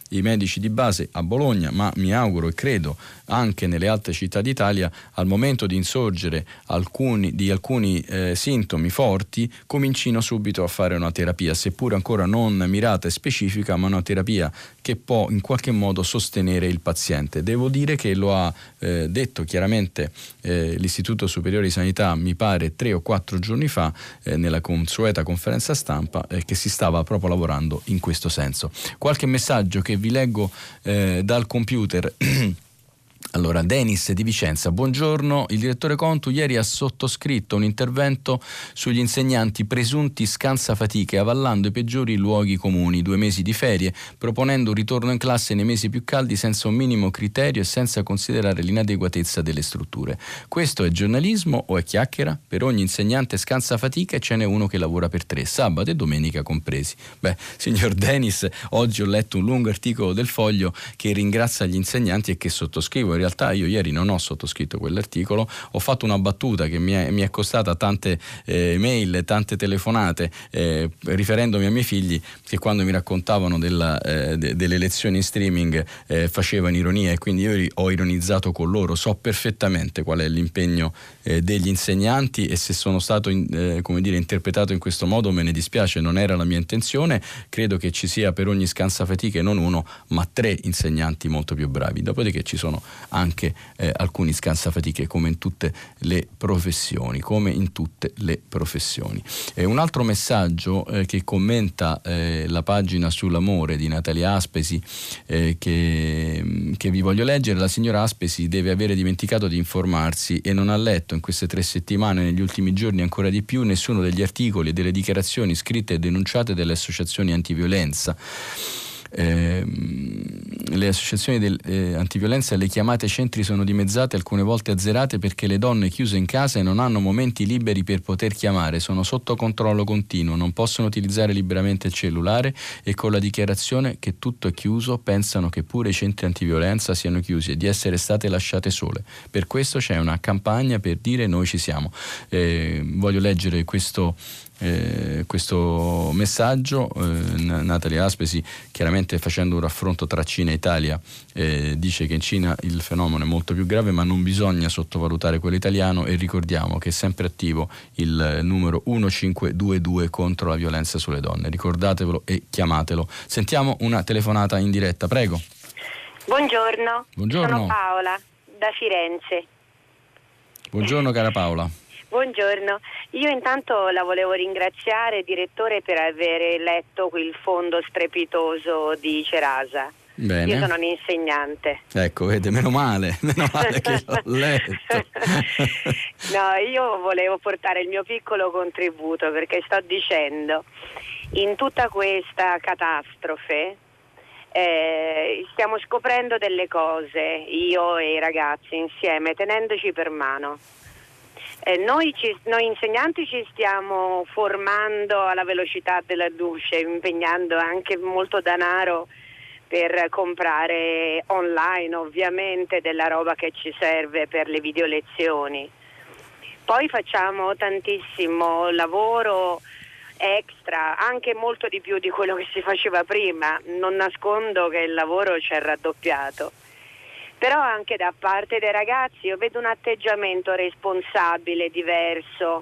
i medici di base a Bologna, ma mi auguro e credo anche nelle altre città d'Italia, al momento di insorgere alcuni, di alcuni eh, sintomi forti, comincino subito a fare una terapia, seppur ancora non mirata e specifica, ma una terapia che può in qualche modo sostenere il paziente. Devo dire che lo ha eh, detto chiaramente eh, l'Istituto Superiore di Sanità, mi pare tre o quattro giorni fa, eh, nella consueta conferenza stampa, eh, che si stava proprio lavorando in questo senso. Qualche messaggio che vi leggo eh, dal computer. Allora, Denis di Vicenza, buongiorno, il direttore Contu ieri ha sottoscritto un intervento sugli insegnanti presunti scansafatiche, avallando i peggiori luoghi comuni, due mesi di ferie, proponendo un ritorno in classe nei mesi più caldi senza un minimo criterio e senza considerare l'inadeguatezza delle strutture. Questo è giornalismo o è chiacchiera? Per ogni insegnante scansafatica ce n'è uno che lavora per tre, sabato e domenica compresi. Beh, signor Denis, oggi ho letto un lungo articolo del Foglio che ringrazia gli insegnanti e che sottoscrivo. In realtà io ieri non ho sottoscritto quell'articolo, ho fatto una battuta che mi è, mi è costata tante eh, mail, tante telefonate, eh, riferendomi ai miei figli che quando mi raccontavano della, eh, de, delle lezioni in streaming eh, facevano ironia, e quindi io ho ironizzato con loro. So perfettamente qual è l'impegno eh, degli insegnanti, e se sono stato in, eh, come dire, interpretato in questo modo me ne dispiace, non era la mia intenzione. Credo che ci sia per ogni scansafatiche non uno ma tre insegnanti molto più bravi, dopodiché ci sono anche eh, alcuni scansafatiche, come in tutte le professioni, come in tutte le professioni. E un altro messaggio eh, che commenta eh, la pagina sull'amore di Natalia Aspesi, eh, che, che vi voglio leggere. La signora Aspesi deve avere dimenticato di informarsi e non ha letto in queste tre settimane, negli ultimi giorni ancora di più, nessuno degli articoli e delle dichiarazioni scritte e denunciate dalle associazioni antiviolenza. Eh, le associazioni del, eh, antiviolenza e le chiamate centri sono dimezzate, alcune volte azzerate, perché le donne chiuse in casa e non hanno momenti liberi per poter chiamare, sono sotto controllo continuo, non possono utilizzare liberamente il cellulare e con la dichiarazione che tutto è chiuso pensano che pure i centri antiviolenza siano chiusi e di essere state lasciate sole. Per questo c'è una campagna per dire noi ci siamo. Eh, voglio leggere questo Eh, questo messaggio. eh, Natalia Aspesi, chiaramente facendo un raffronto tra Cina e Italia, eh, dice che in Cina il fenomeno è molto più grave, ma non bisogna sottovalutare quello italiano, e ricordiamo che è sempre attivo il numero uno cinque due due contro la violenza sulle donne. Ricordatevelo e chiamatelo. Sentiamo una telefonata in diretta, prego. Buongiorno, Buongiorno. Sono Paola da Firenze. Buongiorno cara Paola. Buongiorno, io intanto la volevo ringraziare, direttore, per aver letto il fondo strepitoso di Cerasa. Bene. Io sono un'insegnante. Ecco, vede, meno male, meno male che l'ho letto. No, io volevo portare il mio piccolo contributo, perché sto dicendo, in tutta questa catastrofe eh, stiamo scoprendo delle cose, io e i ragazzi insieme, tenendoci per mano. Eh, noi, ci, noi insegnanti ci stiamo formando alla velocità della luce, impegnando anche molto denaro per comprare online, ovviamente, della roba che ci serve per le video lezioni. Poi facciamo tantissimo lavoro extra, anche molto di più di quello che si faceva prima. Non nascondo che il lavoro ci è raddoppiato. Però anche da parte dei ragazzi io vedo un atteggiamento responsabile, diverso.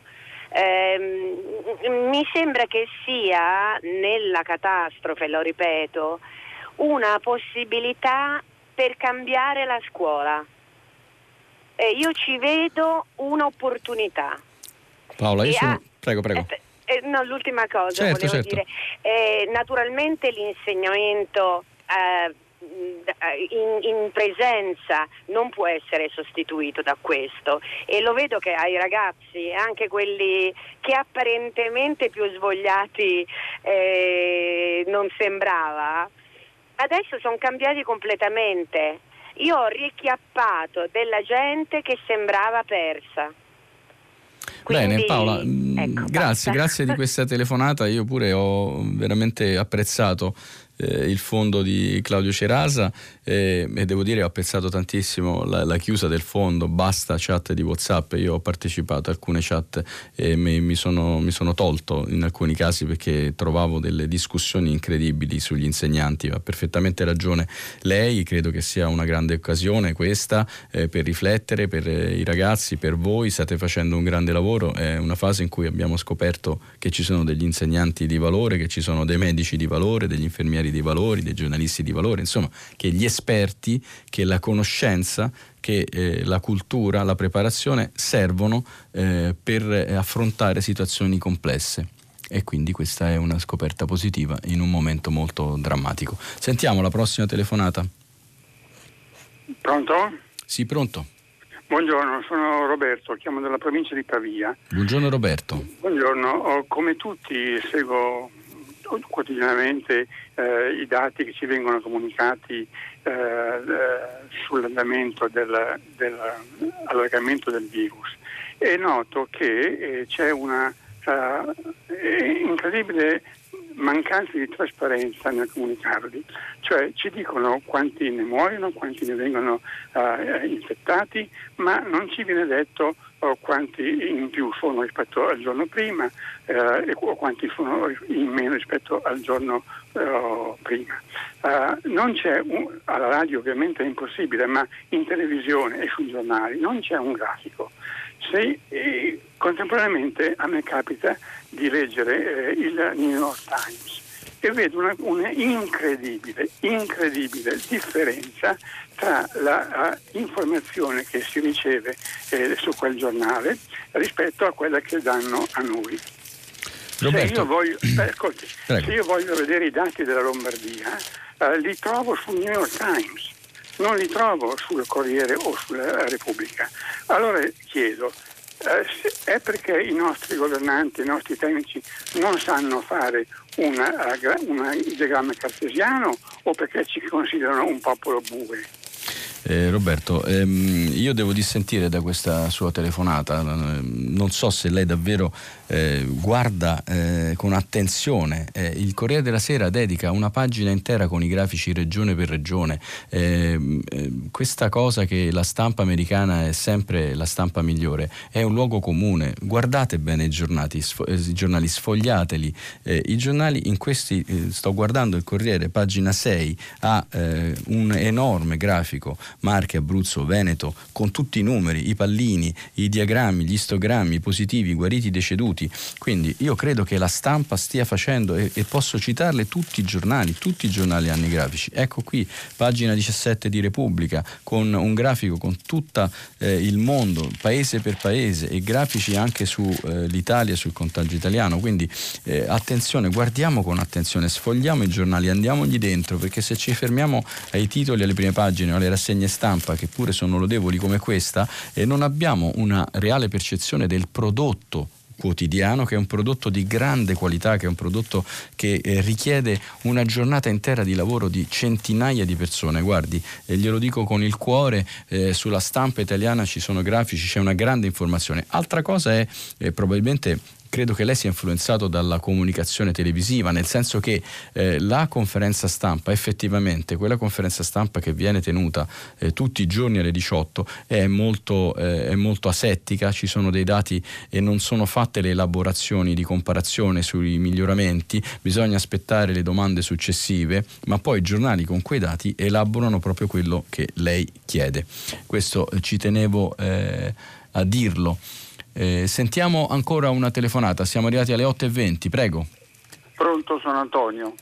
Eh, mi sembra che sia nella catastrofe, lo ripeto, una possibilità per cambiare la scuola. Eh, io ci vedo un'opportunità. Paola, io e sono... ha... Prego, prego. Eh, eh, no, l'ultima cosa certo, volevo certo. dire. Eh, naturalmente l'insegnamento eh, In, in presenza non può essere sostituito da questo, e lo vedo che ai ragazzi, anche quelli che apparentemente più svogliati eh, non sembrava, adesso sono cambiati completamente. Io ho richiappato della gente che sembrava persa. Quindi, bene Paola, ecco, grazie, basta. grazie di questa telefonata. Io pure ho veramente apprezzato Eh, il fondo di Claudio Cerasa, eh, e devo dire ho apprezzato tantissimo la, la chiusa del fondo, basta chat di WhatsApp. Io ho partecipato a alcune chat e mi, mi, sono, mi sono tolto in alcuni casi perché trovavo delle discussioni incredibili sugli insegnanti. Ha perfettamente ragione lei, credo che sia una grande occasione questa eh, per riflettere, per eh, i ragazzi, per voi state facendo un grande lavoro. È una fase in cui abbiamo scoperto che ci sono degli insegnanti di valore, che ci sono dei medici di valore, degli infermieri di valore, dei giornalisti di valore, insomma che gli esperti, che la conoscenza, che eh, la cultura, la preparazione servono eh, per affrontare situazioni complesse. E quindi questa è una scoperta positiva in un momento molto drammatico. Sentiamo la prossima telefonata. Pronto? Sì, pronto. Buongiorno, sono Roberto, chiamo dalla provincia di Pavia. Buongiorno Roberto. Buongiorno, oh, come tutti seguo quotidianamente eh, i dati che ci vengono comunicati eh, eh, sull'andamento del, dell'allargamento del virus e noto che eh, c'è una Uh, incredibile mancanza di trasparenza nel comunicarli, cioè ci dicono quanti ne muoiono, quanti ne vengono uh, infettati, ma non ci viene detto uh, quanti in più sono rispetto al giorno prima uh, e, o quanti sono in meno rispetto al giorno uh, prima. Uh, non c'è un, alla radio ovviamente è impossibile, ma in televisione e sui giornali non c'è un grafico. Se, eh, contemporaneamente a me capita di leggere eh, il New York Times e vedo una, una incredibile, incredibile differenza tra la uh, informazione che si riceve eh, su quel giornale rispetto a quella che danno a noi. Roberto. Se io voglio, beh, ascolti, se io voglio vedere i dati della Lombardia, uh, li trovo sul New York Times. Non li trovo sul Corriere o sulla Repubblica. Allora chiedo, eh, è perché i nostri governanti, i nostri tecnici non sanno fare una, una, un diagramma cartesiano o perché ci considerano un popolo bue? Eh, Roberto, ehm, io devo dissentire da questa sua telefonata, non so se lei davvero eh, guarda eh, con attenzione. Eh, il Corriere della Sera dedica una pagina intera con i grafici regione per regione. Eh, eh, questa cosa che la stampa americana è sempre la stampa migliore è un luogo comune. Guardate bene i giornali, sfo- i giornali sfogliateli. Eh, I giornali in questi, eh, sto guardando il Corriere, pagina sei, ha eh, un enorme grafico Marche, Abruzzo, Veneto, con tutti i numeri, i pallini, i diagrammi, gli istogrammi, positivi, guariti, deceduti. Quindi io credo che la stampa stia facendo, e, e posso citarle tutti i giornali, tutti i giornali hanno i grafici. Ecco qui, pagina diciassette di Repubblica, con un grafico con tutto eh, il mondo, paese per paese, e grafici anche sull'Italia, eh, sul contagio italiano. Quindi eh, attenzione, guardiamo con attenzione, sfogliamo i giornali, andiamogli dentro, perché se ci fermiamo ai titoli, alle prime pagine o alle rassegne stampa, che pure sono lodevoli come questa, e non abbiamo una reale percezione del prodotto quotidiano, che è un prodotto di grande qualità, che è un prodotto che eh, richiede una giornata intera di lavoro di centinaia di persone. Guardi, e glielo dico con il cuore, eh, sulla stampa italiana ci sono grafici, c'è una grande informazione. Altra cosa è eh, probabilmente credo che lei sia influenzato dalla comunicazione televisiva, nel senso che eh, la conferenza stampa, effettivamente quella conferenza stampa che viene tenuta eh, tutti i giorni alle diciotto è molto, eh, è molto asettica, ci sono dei dati e non sono fatte le elaborazioni di comparazione sui miglioramenti, bisogna aspettare le domande successive, ma poi i giornali con quei dati elaborano proprio quello che lei chiede. Questo eh, ci tenevo eh, a dirlo. Eh, sentiamo ancora una telefonata, siamo arrivati alle otto e venti, prego. Pronto, sono Antonio.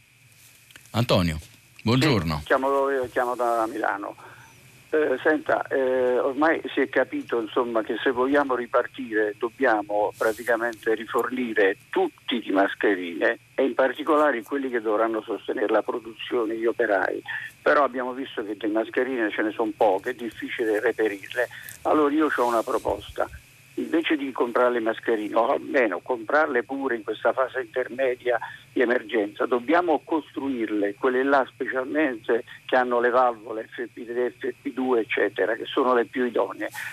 Antonio, buongiorno. Sì, chiamo, chiamo da Milano. Eh, senta, eh, ormai si è capito insomma che se vogliamo ripartire dobbiamo praticamente rifornire tutti di mascherine e in particolare quelli che dovranno sostenere la produzione, gli operai. Però abbiamo visto che di mascherine ce ne sono poche, è difficile reperirle. Allora io ho una proposta. Invece di comprare le mascherine, o almeno comprarle pure in questa fase intermedia di emergenza, dobbiamo costruirle, quelle là specialmente che hanno le valvole F P tre, F P due, eccetera, che sono le più idonee.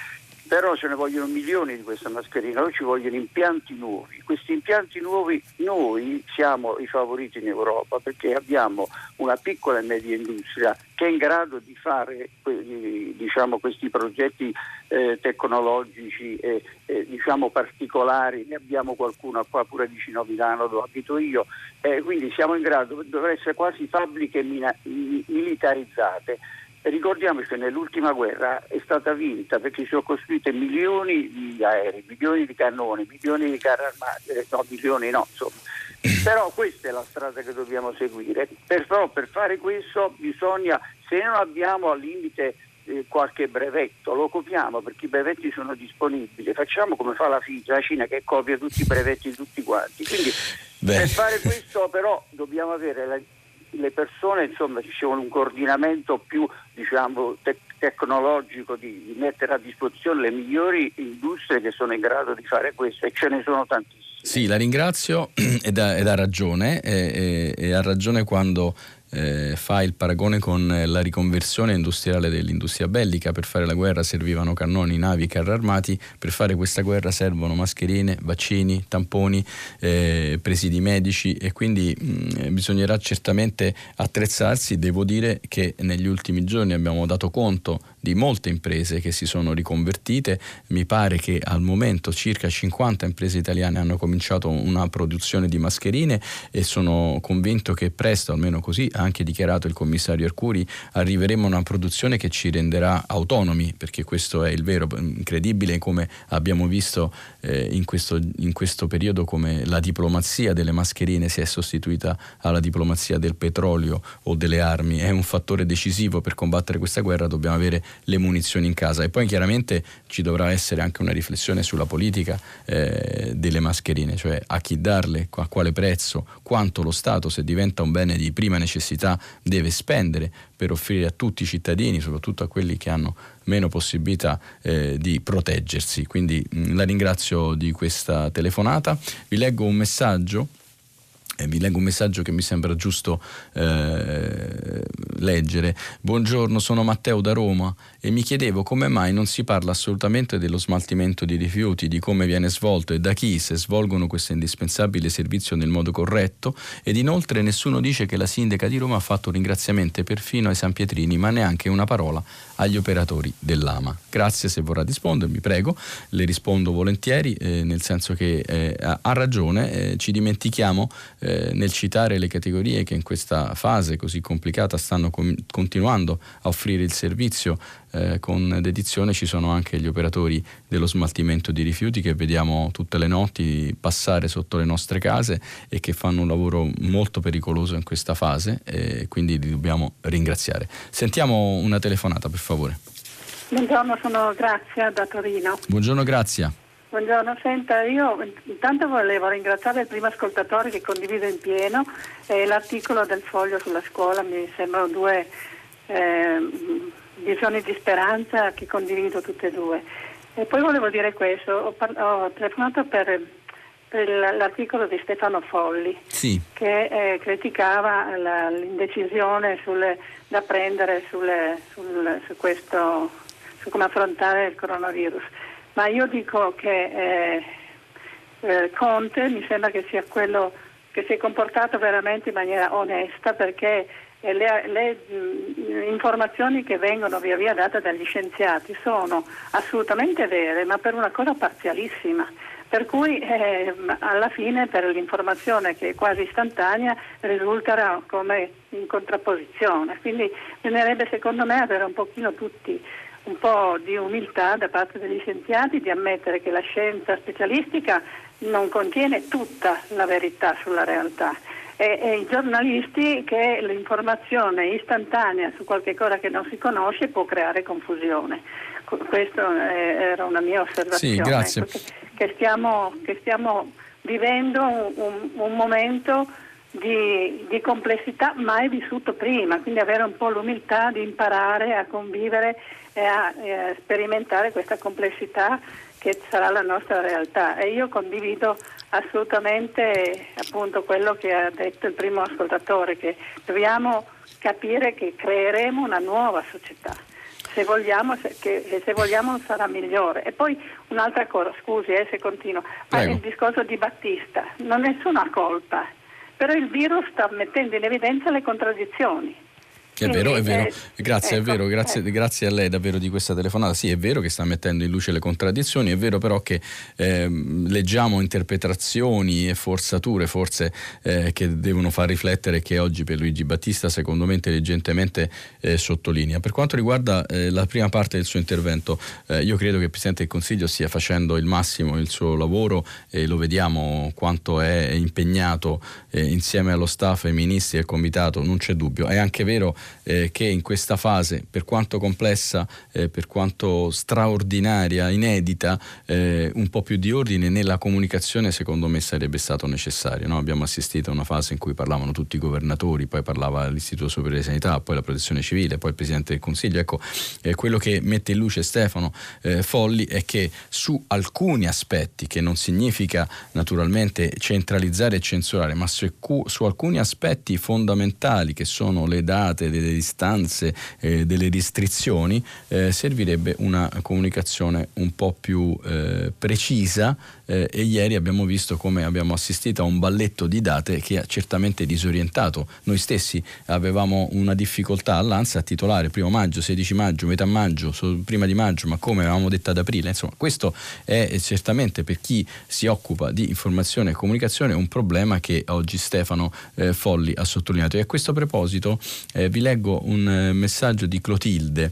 però ce ne vogliono milioni di queste mascherine, noi ci vogliono impianti nuovi. Questi impianti nuovi, noi siamo i favoriti in Europa perché abbiamo una piccola e media industria che è in grado di fare diciamo, questi progetti eh, tecnologici e eh, diciamo particolari. Ne abbiamo qualcuno qua pure vicino a Milano dove abito io, eh, quindi siamo in grado, dovrebbero essere quasi fabbriche mina- militarizzate. Ricordiamoci che nell'ultima guerra è stata vinta perché si sono costruite milioni di aerei, milioni di cannoni, milioni di carri armati, no milioni no insomma. Però questa è la strada che dobbiamo seguire. Però per fare questo bisogna, se non abbiamo al limite eh, qualche brevetto, lo copiamo perché i brevetti sono disponibili, facciamo come fa la, la Cina che copia tutti i brevetti di tutti quanti. Quindi Beh. per fare questo però dobbiamo avere la, le persone, insomma ci vuole un coordinamento più diciamo te- tecnologico di, di mettere a disposizione le migliori industrie che sono in grado di fare questo, e ce ne sono tantissime. Sì, la ringrazio ed ha, ed ha ragione, e, e, e ha ragione quando eh, fa il paragone con la riconversione industriale dell'industria bellica. Per fare la guerra servivano cannoni, navi, carri armati, per fare questa guerra servono mascherine, vaccini, tamponi, eh, presidi medici, e quindi mh, bisognerà certamente attrezzarsi. Devo dire che negli ultimi giorni abbiamo dato conto di molte imprese che si sono riconvertite. Mi pare che al momento circa cinquanta imprese italiane hanno cominciato una produzione di mascherine, e sono convinto che presto, almeno così ha anche dichiarato il commissario Arcuri, arriveremo a una produzione che ci renderà autonomi, perché questo è il vero. Incredibile come abbiamo visto eh, in, questo, in questo periodo come la diplomazia delle mascherine si è sostituita alla diplomazia del petrolio o delle armi. È un fattore decisivo per combattere questa guerra. Dobbiamo avere le munizioni in casa, e poi chiaramente ci dovrà essere anche una riflessione sulla politica eh, delle mascherine, cioè a chi darle, a quale prezzo, quanto lo Stato, se diventa un bene di prima necessità, deve spendere per offrire a tutti i cittadini, soprattutto a quelli che hanno meno possibilità eh, di proteggersi. Quindi mh, la ringrazio di questa telefonata. Vi leggo un messaggio Eh, vi leggo un messaggio che mi sembra giusto eh, leggere. Buongiorno, sono Matteo da Roma e mi chiedevo come mai non si parla assolutamente dello smaltimento di rifiuti, di come viene svolto e da chi, se svolgono questo indispensabile servizio nel modo corretto, ed inoltre nessuno dice che la sindaca di Roma ha fatto un ringraziamento perfino ai San Pietrini, ma neanche una parola agli operatori dell'Ama. Grazie, se vorrà rispondermi, prego, le rispondo volentieri, eh, nel senso che eh, ha ragione, eh, ci dimentichiamo eh, nel citare le categorie che in questa fase così complicata stanno com- continuando a offrire il servizio eh, con dedizione. Ci sono anche gli operatori dello smaltimento di rifiuti che vediamo tutte le notti passare sotto le nostre case e che fanno un lavoro molto pericoloso in questa fase, e quindi li dobbiamo ringraziare. Sentiamo una telefonata, per favore. Buongiorno, sono Grazia da Torino. Buongiorno Grazia. Buongiorno, senta, io intanto volevo ringraziare il primo ascoltatore che condivido in pieno, e l'articolo del Foglio sulla scuola mi sembrano due eh, visioni di speranza che condivido tutte e due. E poi volevo dire questo, ho, par- ho telefonato per, per l'articolo di Stefano Folli, sì, che eh, criticava la, l'indecisione sulle, da prendere sulle, sul, su questo, su come affrontare il coronavirus. Ma io dico che eh, eh, Conte mi sembra che sia quello che si è comportato veramente in maniera onesta, perché eh, le, le mh, informazioni che vengono via via date dagli scienziati sono assolutamente vere, ma per una cosa parzialissima. Per cui eh, alla fine, per l'informazione che è quasi istantanea, risulterà come in contrapposizione. Quindi bisognerebbe, secondo me, avere un pochino tutti un po' di umiltà da parte degli scienziati, di ammettere che la scienza specialistica non contiene tutta la verità sulla realtà, e, e i giornalisti che l'informazione istantanea su qualche cosa che non si conosce può creare confusione. Questa era una mia osservazione. Sì, grazie. Che, che, stiamo, che stiamo vivendo un, un, un momento di, di complessità mai vissuto prima, quindi avere un po' l'umiltà di imparare a convivere e a, e a sperimentare questa complessità che sarà la nostra realtà. E io condivido assolutamente appunto quello che ha detto il primo ascoltatore, che dobbiamo capire che creeremo una nuova società. se vogliamo, se, che, se vogliamo sarà migliore. E poi un'altra cosa, scusi eh, se continuo, ma il discorso di Battista, non è nessuna colpa, però il virus sta mettendo in evidenza le contraddizioni. È vero, è vero, grazie, ecco, è vero, grazie, ecco. grazie a lei davvero di questa telefonata. Sì, è vero che sta mettendo in luce le contraddizioni, è vero però che eh, leggiamo interpretazioni e forzature forse eh, che devono far riflettere, che oggi per Luigi Battista secondo me intelligentemente eh, sottolinea. Per quanto riguarda eh, la prima parte del suo intervento, eh, io credo che il Presidente del Consiglio stia facendo il massimo il suo lavoro e lo vediamo quanto è impegnato eh, insieme allo staff, ai ministri e al comitato, non c'è dubbio. È anche vero Eh, che in questa fase, per quanto complessa, eh, per quanto straordinaria, inedita, eh, un po' più di ordine nella comunicazione secondo me sarebbe stato necessario, no? Abbiamo assistito a una fase in cui parlavano tutti i governatori, poi parlava l'Istituto Superiore di Sanità, poi la Protezione Civile, poi il Presidente del Consiglio. Ecco, eh, quello che mette in luce Stefano eh, Folli è che su alcuni aspetti, che non significa naturalmente centralizzare e censurare, ma su, su alcuni aspetti fondamentali che sono le date, delle distanze, eh, delle restrizioni, eh, servirebbe una comunicazione un po' più eh, precisa eh, e ieri abbiamo visto come abbiamo assistito a un balletto di date che ha certamente disorientato. Noi stessi avevamo una difficoltà all'ANSA a titolare primo maggio, sedici maggio, metà maggio, so, prima di maggio, ma come avevamo detto ad aprile. Insomma, questo è certamente, per chi si occupa di informazione e comunicazione, un problema che oggi Stefano eh, Folli ha sottolineato. E a questo proposito eh, vi leggo un eh, messaggio di Clotilde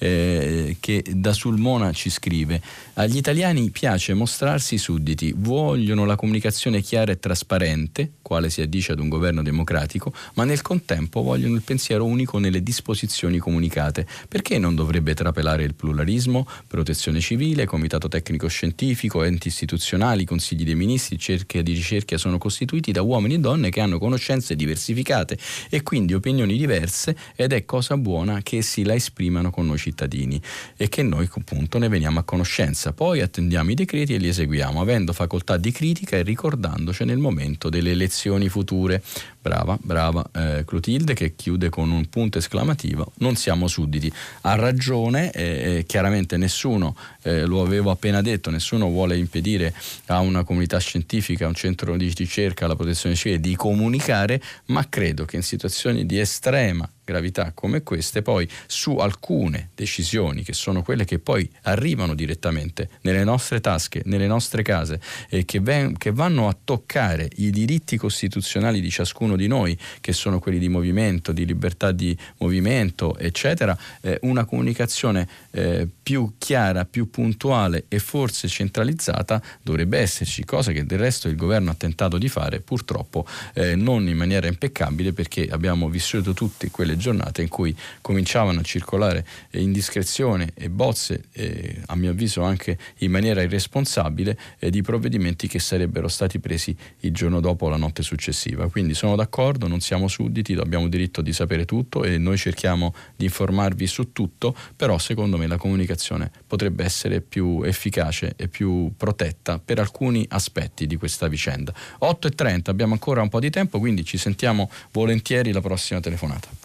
eh, che da Sulmona ci scrive: agli italiani piace mostrarsi sudditi, vogliono la comunicazione chiara e trasparente, quale si addice ad un governo democratico, ma nel contempo vogliono il pensiero unico nelle disposizioni comunicate. Perché non dovrebbe trapelare il pluralismo? Protezione civile, comitato tecnico scientifico, enti istituzionali, consigli dei ministri, cerchia di ricerca sono costituiti da uomini e donne che hanno conoscenze diversificate e quindi opinioni diverse, ed è cosa buona che essi la esprimano con noi cittadini e che noi appunto ne veniamo a conoscenza. Poi attendiamo i decreti e li eseguiamo, avendo facoltà di critica e ricordandoci nel momento delle elezioni future. Brava, brava eh, Clotilde, che chiude con un punto esclamativo: non siamo sudditi. Ha ragione, eh, chiaramente nessuno, eh, lo avevo appena detto, nessuno vuole impedire a una comunità scientifica, a un centro di ricerca, alla protezione civile di comunicare, ma credo che in situazioni di estrema gravità come queste, poi su alcune decisioni, che sono quelle che poi arrivano direttamente nelle nostre tasche, nelle nostre case, e che, ven- che vanno a toccare i diritti costituzionali di ciascuno di noi, che sono quelli di movimento, di libertà di movimento, eccetera, eh, una comunicazione eh, più chiara, più puntuale e forse centralizzata dovrebbe esserci, cosa che del resto il governo ha tentato di fare, purtroppo eh, non in maniera impeccabile, perché abbiamo vissuto tutte quelle giornate in cui cominciavano a circolare eh, indiscrezioni e bozze, eh, a mio avviso anche in maniera irresponsabile, eh, di provvedimenti che sarebbero stati presi il giorno dopo o la notte successiva. Quindi sono d'accordo, non siamo sudditi, abbiamo diritto di sapere tutto e noi cerchiamo di informarvi su tutto, però secondo me la comunicazione potrebbe essere più efficace e più protetta per alcuni aspetti di questa vicenda. otto e trenta, abbiamo ancora un po' di tempo, quindi ci sentiamo volentieri la prossima telefonata.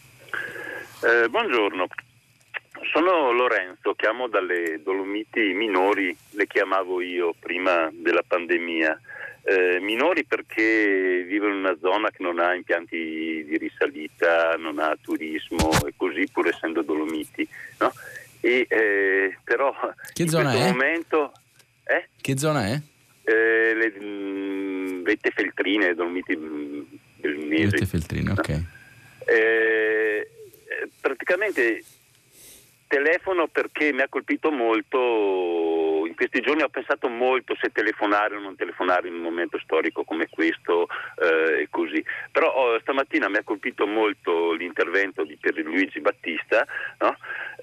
Eh, buongiorno, sono Lorenzo, chiamo dalle Dolomiti Minori, le chiamavo io prima della pandemia. Eh, minori perché vivo in una zona che non ha impianti di risalita, non ha turismo e così, pur essendo Dolomiti, no? E, eh, però che in zona questo è? momento eh? Che zona è? Eh, le mh, Vette Feltrine, Dolomiti Bellunesi. Vette Feltrine, ok. No? Eh, praticamente telefono perché mi ha colpito molto, in questi giorni ho pensato molto se telefonare o non telefonare in un momento storico come questo eh, e così, però oh, stamattina mi ha colpito molto l'intervento di Pierluigi Battista, no?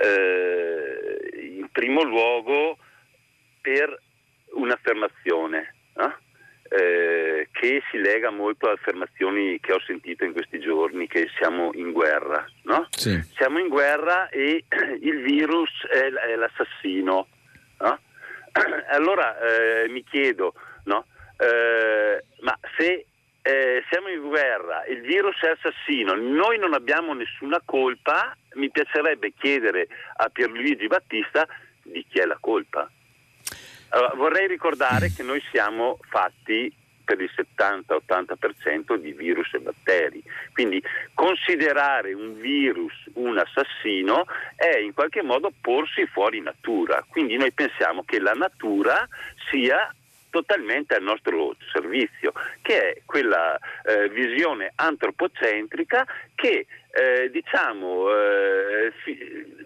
eh, in primo luogo per un'affermazione, no? Eh, che si lega molto a affermazioni che ho sentito in questi giorni, che siamo in guerra, no? Sì. Siamo in guerra e il virus è, è l'assassino, no? Allora eh, mi chiedo, no? Eh, ma se eh, siamo in guerra, il virus è assassino, noi non abbiamo nessuna colpa, mi piacerebbe chiedere a Pierluigi Battista di chi è la colpa. Allora, vorrei ricordare che noi siamo fatti per il settanta ottanta per cento di virus e batteri, quindi considerare un virus un assassino è in qualche modo porsi fuori natura, quindi noi pensiamo che la natura sia totalmente al nostro servizio, che è quella eh, visione antropocentrica che eh, diciamo eh, fi-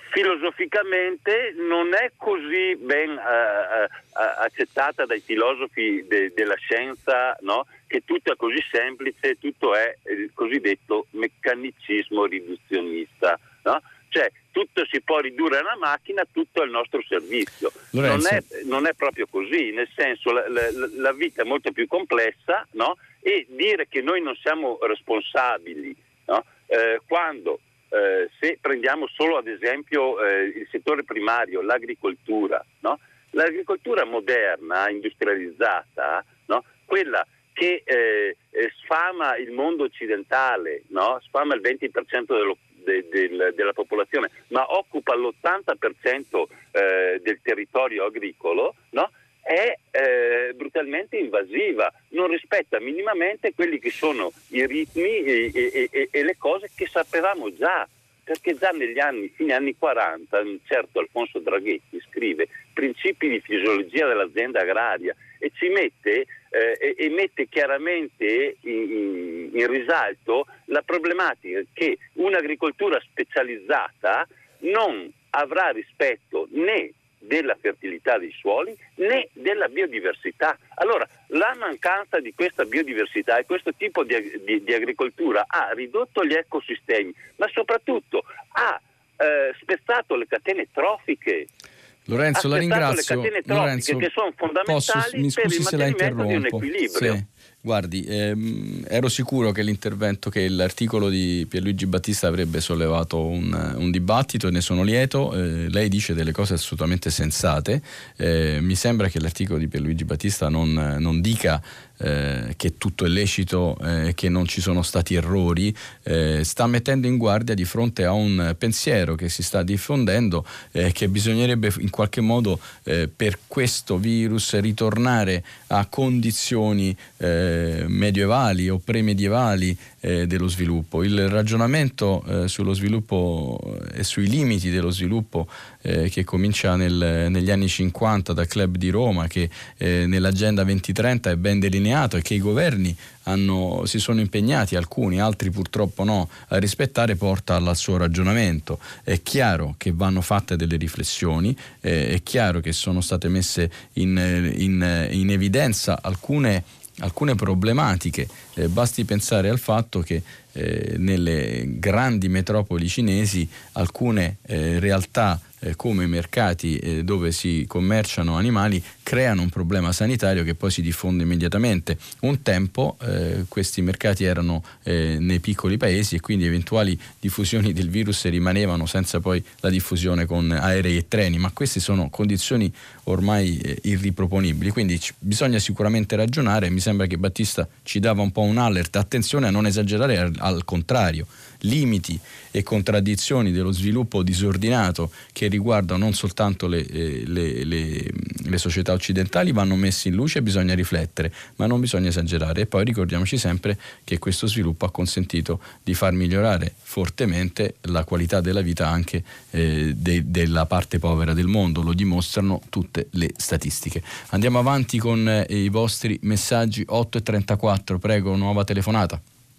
filosoficamente non è così ben uh, uh, accettata dai filosofi de- della scienza, no? Che tutto è così semplice, tutto è il cosiddetto meccanicismo riduzionista, no? Cioè tutto si può ridurre a una macchina, tutto è al nostro servizio. Non è, non è proprio così, nel senso la, la, la vita è molto più complessa, no? E dire che noi non siamo responsabili, no? eh, quando Eh, se prendiamo solo ad esempio eh, il settore primario, l'agricoltura, no? L'agricoltura moderna, industrializzata, no? Quella che eh, eh, sfama il mondo occidentale, no? Sfama il venti per cento dello, de, del, della popolazione, ma occupa l'ottanta per cento eh, del territorio agricolo, no? È eh, brutalmente invasiva, non rispetta minimamente quelli che sono i ritmi e, e, e, e le cose che sapevamo già, perché già negli anni, fine anni quaranta, un certo Alfonso Draghetti scrive Principi di fisiologia dell'azienda agraria e ci mette eh, e, e mette chiaramente in, in risalto la problematica che un'agricoltura specializzata non avrà rispetto né della fertilità dei suoli né della biodiversità. Allora la mancanza di questa biodiversità e questo tipo di, di, di agricoltura ha ridotto gli ecosistemi, ma soprattutto ha eh, spezzato le catene trofiche. Lorenzo, la ringrazio. Le catene trofiche, Lorenzo, che sono fondamentali posso, mi per scusi il se la mantenimento di un equilibrio. Sì. Guardi, ehm, ero sicuro che l'intervento, che l'articolo di Pierluigi Battista avrebbe sollevato un, un dibattito e ne sono lieto. Eh, lei dice delle cose assolutamente sensate. Eh, mi sembra che l'articolo di Pierluigi Battista non, non dica eh, che tutto è lecito, eh, che non ci sono stati errori. Eh, sta mettendo in guardia di fronte a un pensiero che si sta diffondendo, eh, che bisognerebbe in qualche modo eh, per questo virus ritornare a condizioni eh, medievali o premedievali eh, dello sviluppo. Il ragionamento eh, sullo sviluppo e sui limiti dello sviluppo eh, che comincia nel, negli anni cinquanta dal Club di Roma, che eh, nell'Agenda duemilatrenta è ben delineato e che i governi hanno, si sono impegnati, alcuni, altri purtroppo no, a rispettare, porta al suo ragionamento. È chiaro che vanno fatte delle riflessioni, eh, è chiaro che sono state messe in, in, in evidenza alcune alcune problematiche, eh, basti pensare al fatto che eh, nelle grandi metropoli cinesi alcune eh, realtà eh, come mercati eh, dove si commerciano animali creano un problema sanitario che poi si diffonde immediatamente. Un tempo eh, questi mercati erano eh, nei piccoli paesi e quindi eventuali diffusioni del virus rimanevano senza poi la diffusione con aerei e treni, ma queste sono condizioni ormai eh, irriproponibili, quindi c- bisogna sicuramente ragionare. Mi sembra che Battista ci dava un po' un alert, attenzione a non esagerare, al, al contrario, limiti e contraddizioni dello sviluppo disordinato che riguardano non soltanto le, eh, le, le, le società occidentali vanno messi in luce, bisogna riflettere, ma non bisogna esagerare. E poi ricordiamoci sempre che questo sviluppo ha consentito di far migliorare fortemente la qualità della vita anche eh, de, della parte povera del mondo, lo dimostrano tutte le statistiche. Andiamo avanti con eh, i vostri messaggi. Otto e trentaquattro, prego, nuova telefonata.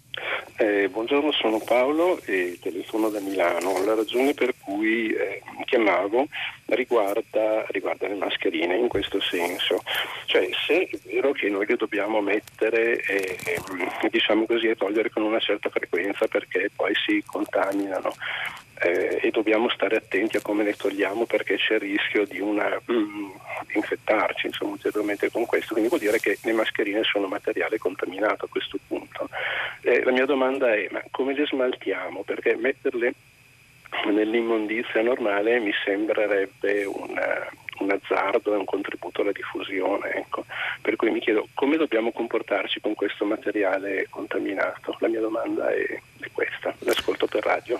Eh, buongiorno, sono Paolo e telefono da Milano. La ragione per cui eh, chiamavo riguarda, riguarda le mascherine in questo senso. Cioè, se è vero che noi le dobbiamo mettere e eh, diciamo così e togliere con una certa frequenza perché poi si contaminano eh, e dobbiamo stare attenti a come le togliamo perché c'è il rischio di, una, mm, di infettarci insomma ulteriormente con questo, quindi vuol dire che le mascherine sono materiale contaminato a questo punto. Eh, la mia domanda è: ma come le smaltiamo? Perché metterle nell'immondizia normale mi sembrerebbe una, un azzardo, è un contributo alla diffusione, ecco. Per cui mi chiedo come dobbiamo comportarci con questo materiale contaminato. La mia domanda è, è questa, l'ascolto per radio.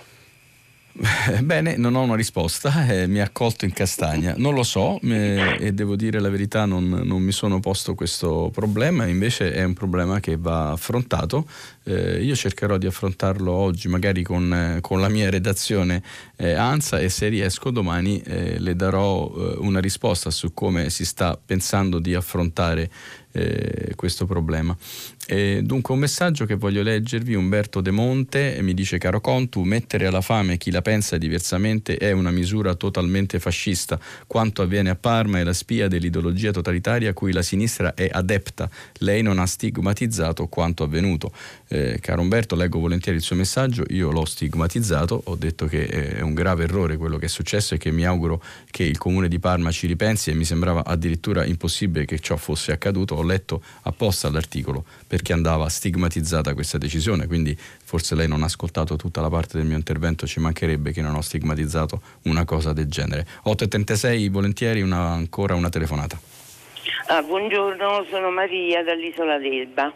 Bene, non ho una risposta, eh, mi ha colto in castagna, non lo so eh, e devo dire la verità, non, non mi sono posto questo problema, invece è un problema che va affrontato. Eh, io cercherò di affrontarlo oggi magari con, eh, con la mia redazione eh, ANSA, e se riesco domani eh, le darò eh, una risposta su come si sta pensando di affrontare eh, questo problema. E dunque un messaggio che voglio leggervi. Umberto De Monte mi dice: caro Contu, mettere alla fame chi la pensa diversamente è una misura totalmente fascista. Quanto avviene a Parma è la spia dell'ideologia totalitaria a cui la sinistra è adepta. Lei non ha stigmatizzato quanto avvenuto. Eh, caro Umberto, leggo volentieri il suo messaggio. Io l'ho stigmatizzato, ho detto che è un grave errore quello che è successo e che mi auguro che il comune di Parma ci ripensi, e mi sembrava addirittura impossibile che ciò fosse accaduto. Ho letto apposta l'articolo perché andava stigmatizzata questa decisione, quindi forse lei non ha ascoltato tutta la parte del mio intervento, ci mancherebbe che non ho stigmatizzato una cosa del genere. otto e trentasei, volentieri una, ancora una telefonata. Ah, buongiorno, sono Maria dall'Isola d'Elba.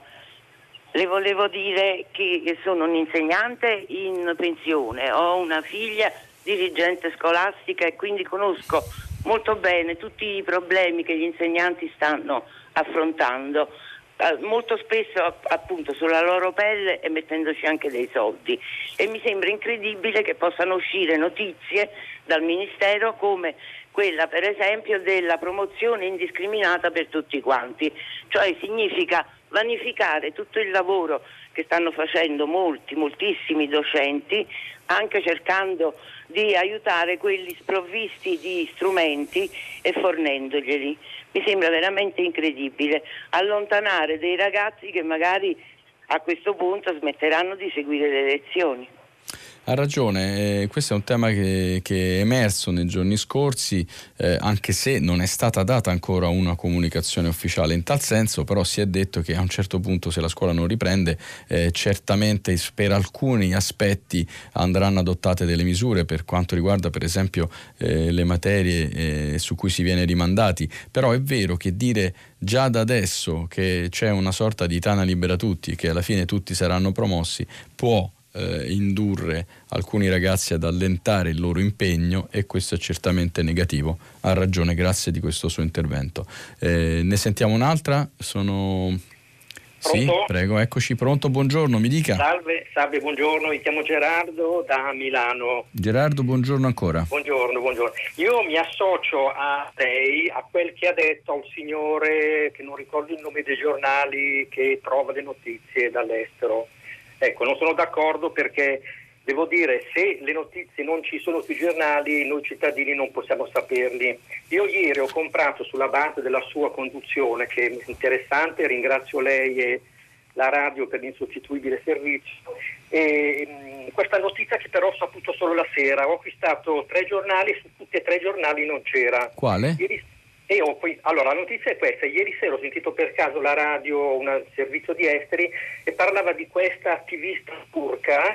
Le volevo dire che sono un'insegnante in pensione, ho una figlia dirigente scolastica e quindi conosco molto bene tutti i problemi che gli insegnanti stanno affrontando, molto spesso appunto sulla loro pelle e mettendoci anche dei soldi, e mi sembra incredibile che possano uscire notizie dal Ministero come quella per esempio della promozione indiscriminata per tutti quanti, cioè significa vanificare tutto il lavoro che stanno facendo molti, moltissimi docenti, anche cercando di aiutare quelli sprovvisti di strumenti e fornendoglieli. Mi sembra veramente incredibile allontanare dei ragazzi che magari a questo punto smetteranno di seguire le lezioni. Ha ragione, eh, questo è un tema che, che è emerso nei giorni scorsi, eh, anche se non è stata data ancora una comunicazione ufficiale in tal senso, però si è detto che a un certo punto, se la scuola non riprende, eh, certamente per alcuni aspetti andranno adottate delle misure per quanto riguarda per esempio eh, le materie eh, su cui si viene rimandati. Però è vero che dire già da adesso che c'è una sorta di tana libera tutti, che alla fine tutti saranno promossi, può Eh, indurre alcuni ragazzi ad allentare il loro impegno, e questo è certamente negativo. Ha ragione, grazie di questo suo intervento. Eh, ne sentiamo un'altra? Sono... Sì, Pronto? prego, eccoci, pronto, buongiorno, mi dica. Salve, salve, buongiorno, mi chiamo Gerardo da Milano. Gerardo, buongiorno ancora. Buongiorno, buongiorno. Io mi associo a lei, a quel che ha detto al signore, che non ricordo il nome dei giornali, che trova le notizie dall'estero. Ecco, non sono d'accordo, perché devo dire, se le notizie non ci sono sui giornali, noi cittadini non possiamo saperli. Io ieri ho comprato, sulla base della sua conduzione, che è interessante, ringrazio lei e la radio per l'insostituibile servizio, e, mh, questa notizia che però ho saputo solo la sera. Ho acquistato tre giornali, su tutti e tre i giornali non c'era. Quale? Ieri, e ho poi, allora, la notizia è questa: ieri sera ho sentito per caso la radio, un servizio di esteri, e parlava di questa attivista turca,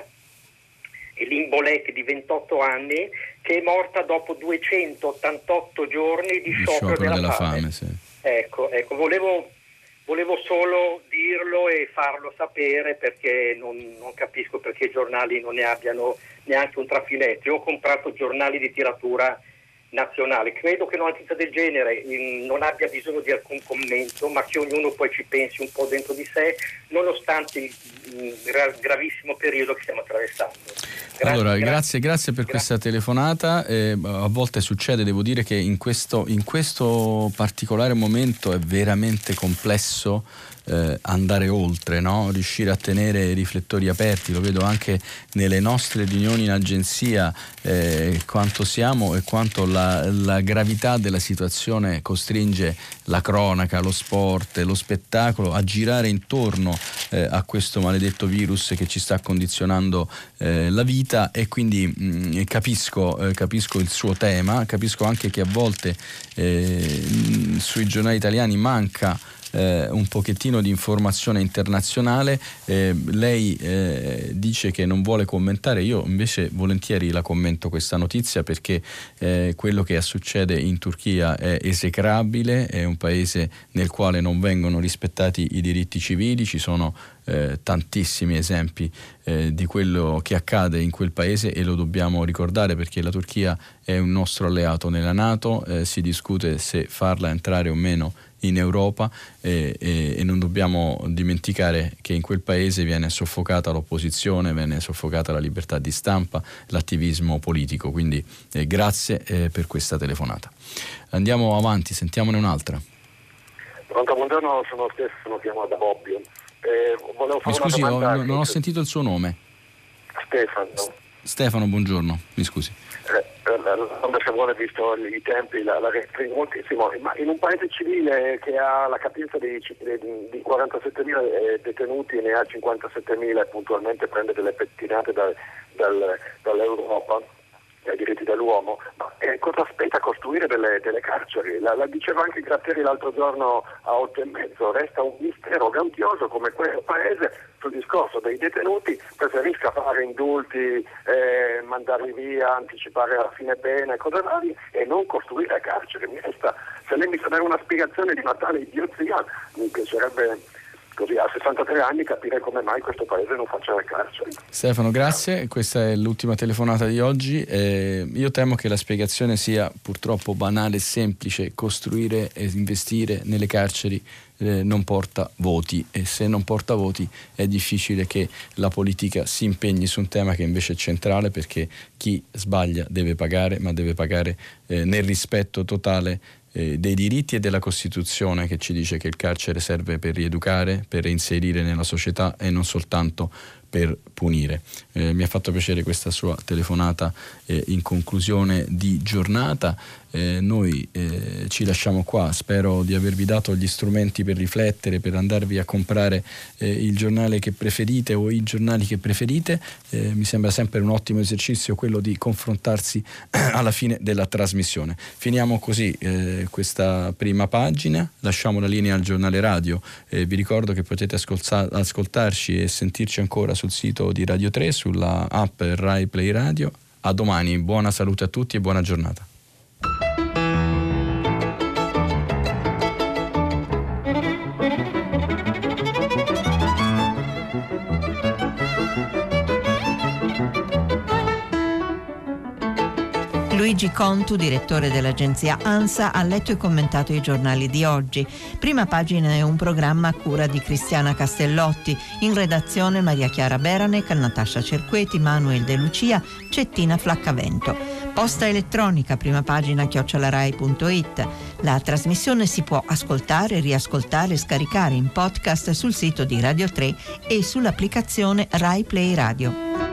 Elin Bolek, di ventotto anni, che è morta dopo duecentottantotto giorni di, di sciopero, sciopero della, della fame. fame sì. Ecco, ecco, volevo, volevo solo dirlo e farlo sapere, perché non, non capisco perché i giornali non ne abbiano neanche un trafiletto. Io ho comprato giornali di tiratura nazionale. Credo che una notizia del genere in, non abbia bisogno di alcun commento, ma che ognuno poi ci pensi un po' dentro di sé, nonostante il, il gra- gravissimo periodo che stiamo attraversando. Grazie, allora, grazie, grazie, grazie per grazie. questa telefonata. Eh, a volte succede, devo dire che in questo, in questo particolare momento è veramente complesso Eh, andare oltre, no? Riuscire a tenere i riflettori aperti. Lo vedo anche nelle nostre riunioni in agenzia, eh, quanto siamo e quanto la, la gravità della situazione costringe la cronaca, lo sport, lo spettacolo a girare intorno eh, a questo maledetto virus che ci sta condizionando eh, la vita, e quindi mh, capisco, eh, capisco il suo tema, capisco anche che a volte eh, sui giornali italiani manca eh, un pochettino di informazione internazionale. Eh, lei eh, dice che non vuole commentare, io invece volentieri la commento questa notizia, perché eh, quello che succede in Turchia è esecrabile, è un paese nel quale non vengono rispettati i diritti civili, ci sono Eh, tantissimi esempi eh, di quello che accade in quel paese e lo dobbiamo ricordare, perché la Turchia è un nostro alleato nella NATO, eh, si discute se farla entrare o meno in Europa eh, eh, e non dobbiamo dimenticare che in quel paese viene soffocata l'opposizione, viene soffocata la libertà di stampa, l'attivismo politico, quindi eh, grazie eh, per questa telefonata. Andiamo avanti, sentiamone un'altra. Pronto, buongiorno, sono Stefano, chiamo da Bobbio. Eh, volevo fare mi scusi, una domanda. ho, non ho sentito il suo nome. Stefano. S- Stefano, buongiorno, mi scusi. Eh, eh, se vuole, visto i tempi, la, la moltissimo, ma in un paese civile che ha la capienza di, di, di quarantasettemila detenuti e ne ha cinquantasettemila e puntualmente prende delle pettinate da, dal, dall'Europa ai diritti dell'uomo, ma eh, cosa aspetta costruire delle, delle carceri? La, la diceva anche Gratteri l'altro giorno a otto e mezzo, resta un mistero gauchioso come quel paese sul discorso dei detenuti preferisca fare indulti, eh, mandarli via, anticipare la fine pena e cose varie e non costruire carceri. Mi resta, se lei mi sa dare una spiegazione di una tale idiozia, mi piacerebbe così a sessantatré anni capire come mai questo paese non faccia le carceri. Stefano, grazie, questa è l'ultima telefonata di oggi. Eh, io temo che la spiegazione sia purtroppo banale e semplice: costruire e investire nelle carceri eh, non porta voti, e se non porta voti è difficile che la politica si impegni su un tema che invece è centrale, perché chi sbaglia deve pagare, ma deve pagare eh, nel rispetto totale dei diritti e della Costituzione, che ci dice che il carcere serve per rieducare, per reinserire nella società e non soltanto per punire. Eh, mi ha fatto piacere questa sua telefonata eh, in conclusione di giornata. Eh, noi eh, ci lasciamo qua, spero di avervi dato gli strumenti per riflettere, per andarvi a comprare eh, il giornale che preferite o i giornali che preferite. Eh, mi sembra sempre un ottimo esercizio quello di confrontarsi alla fine della trasmissione. Finiamo così eh, questa prima pagina, lasciamo la linea al giornale radio. Eh, vi ricordo che potete ascolta- ascoltarci e sentirci ancora sul sito di Radio tre, sulla app Rai Play Radio. A domani, buona salute a tutti e buona giornata. Luigi Contu, direttore dell'agenzia ANSA, ha letto e commentato i giornali di oggi. Prima pagina è un programma a cura di Cristiana Castellotti, in redazione Maria Chiara Beranec, Natascia Cerqueti, Manuel De Lucia, Cettina Flaccavento. Posta elettronica, prima pagina chiocciolarai punto it. La trasmissione si può ascoltare, riascoltare e scaricare in podcast sul sito di Radio tre e sull'applicazione Rai Play Radio.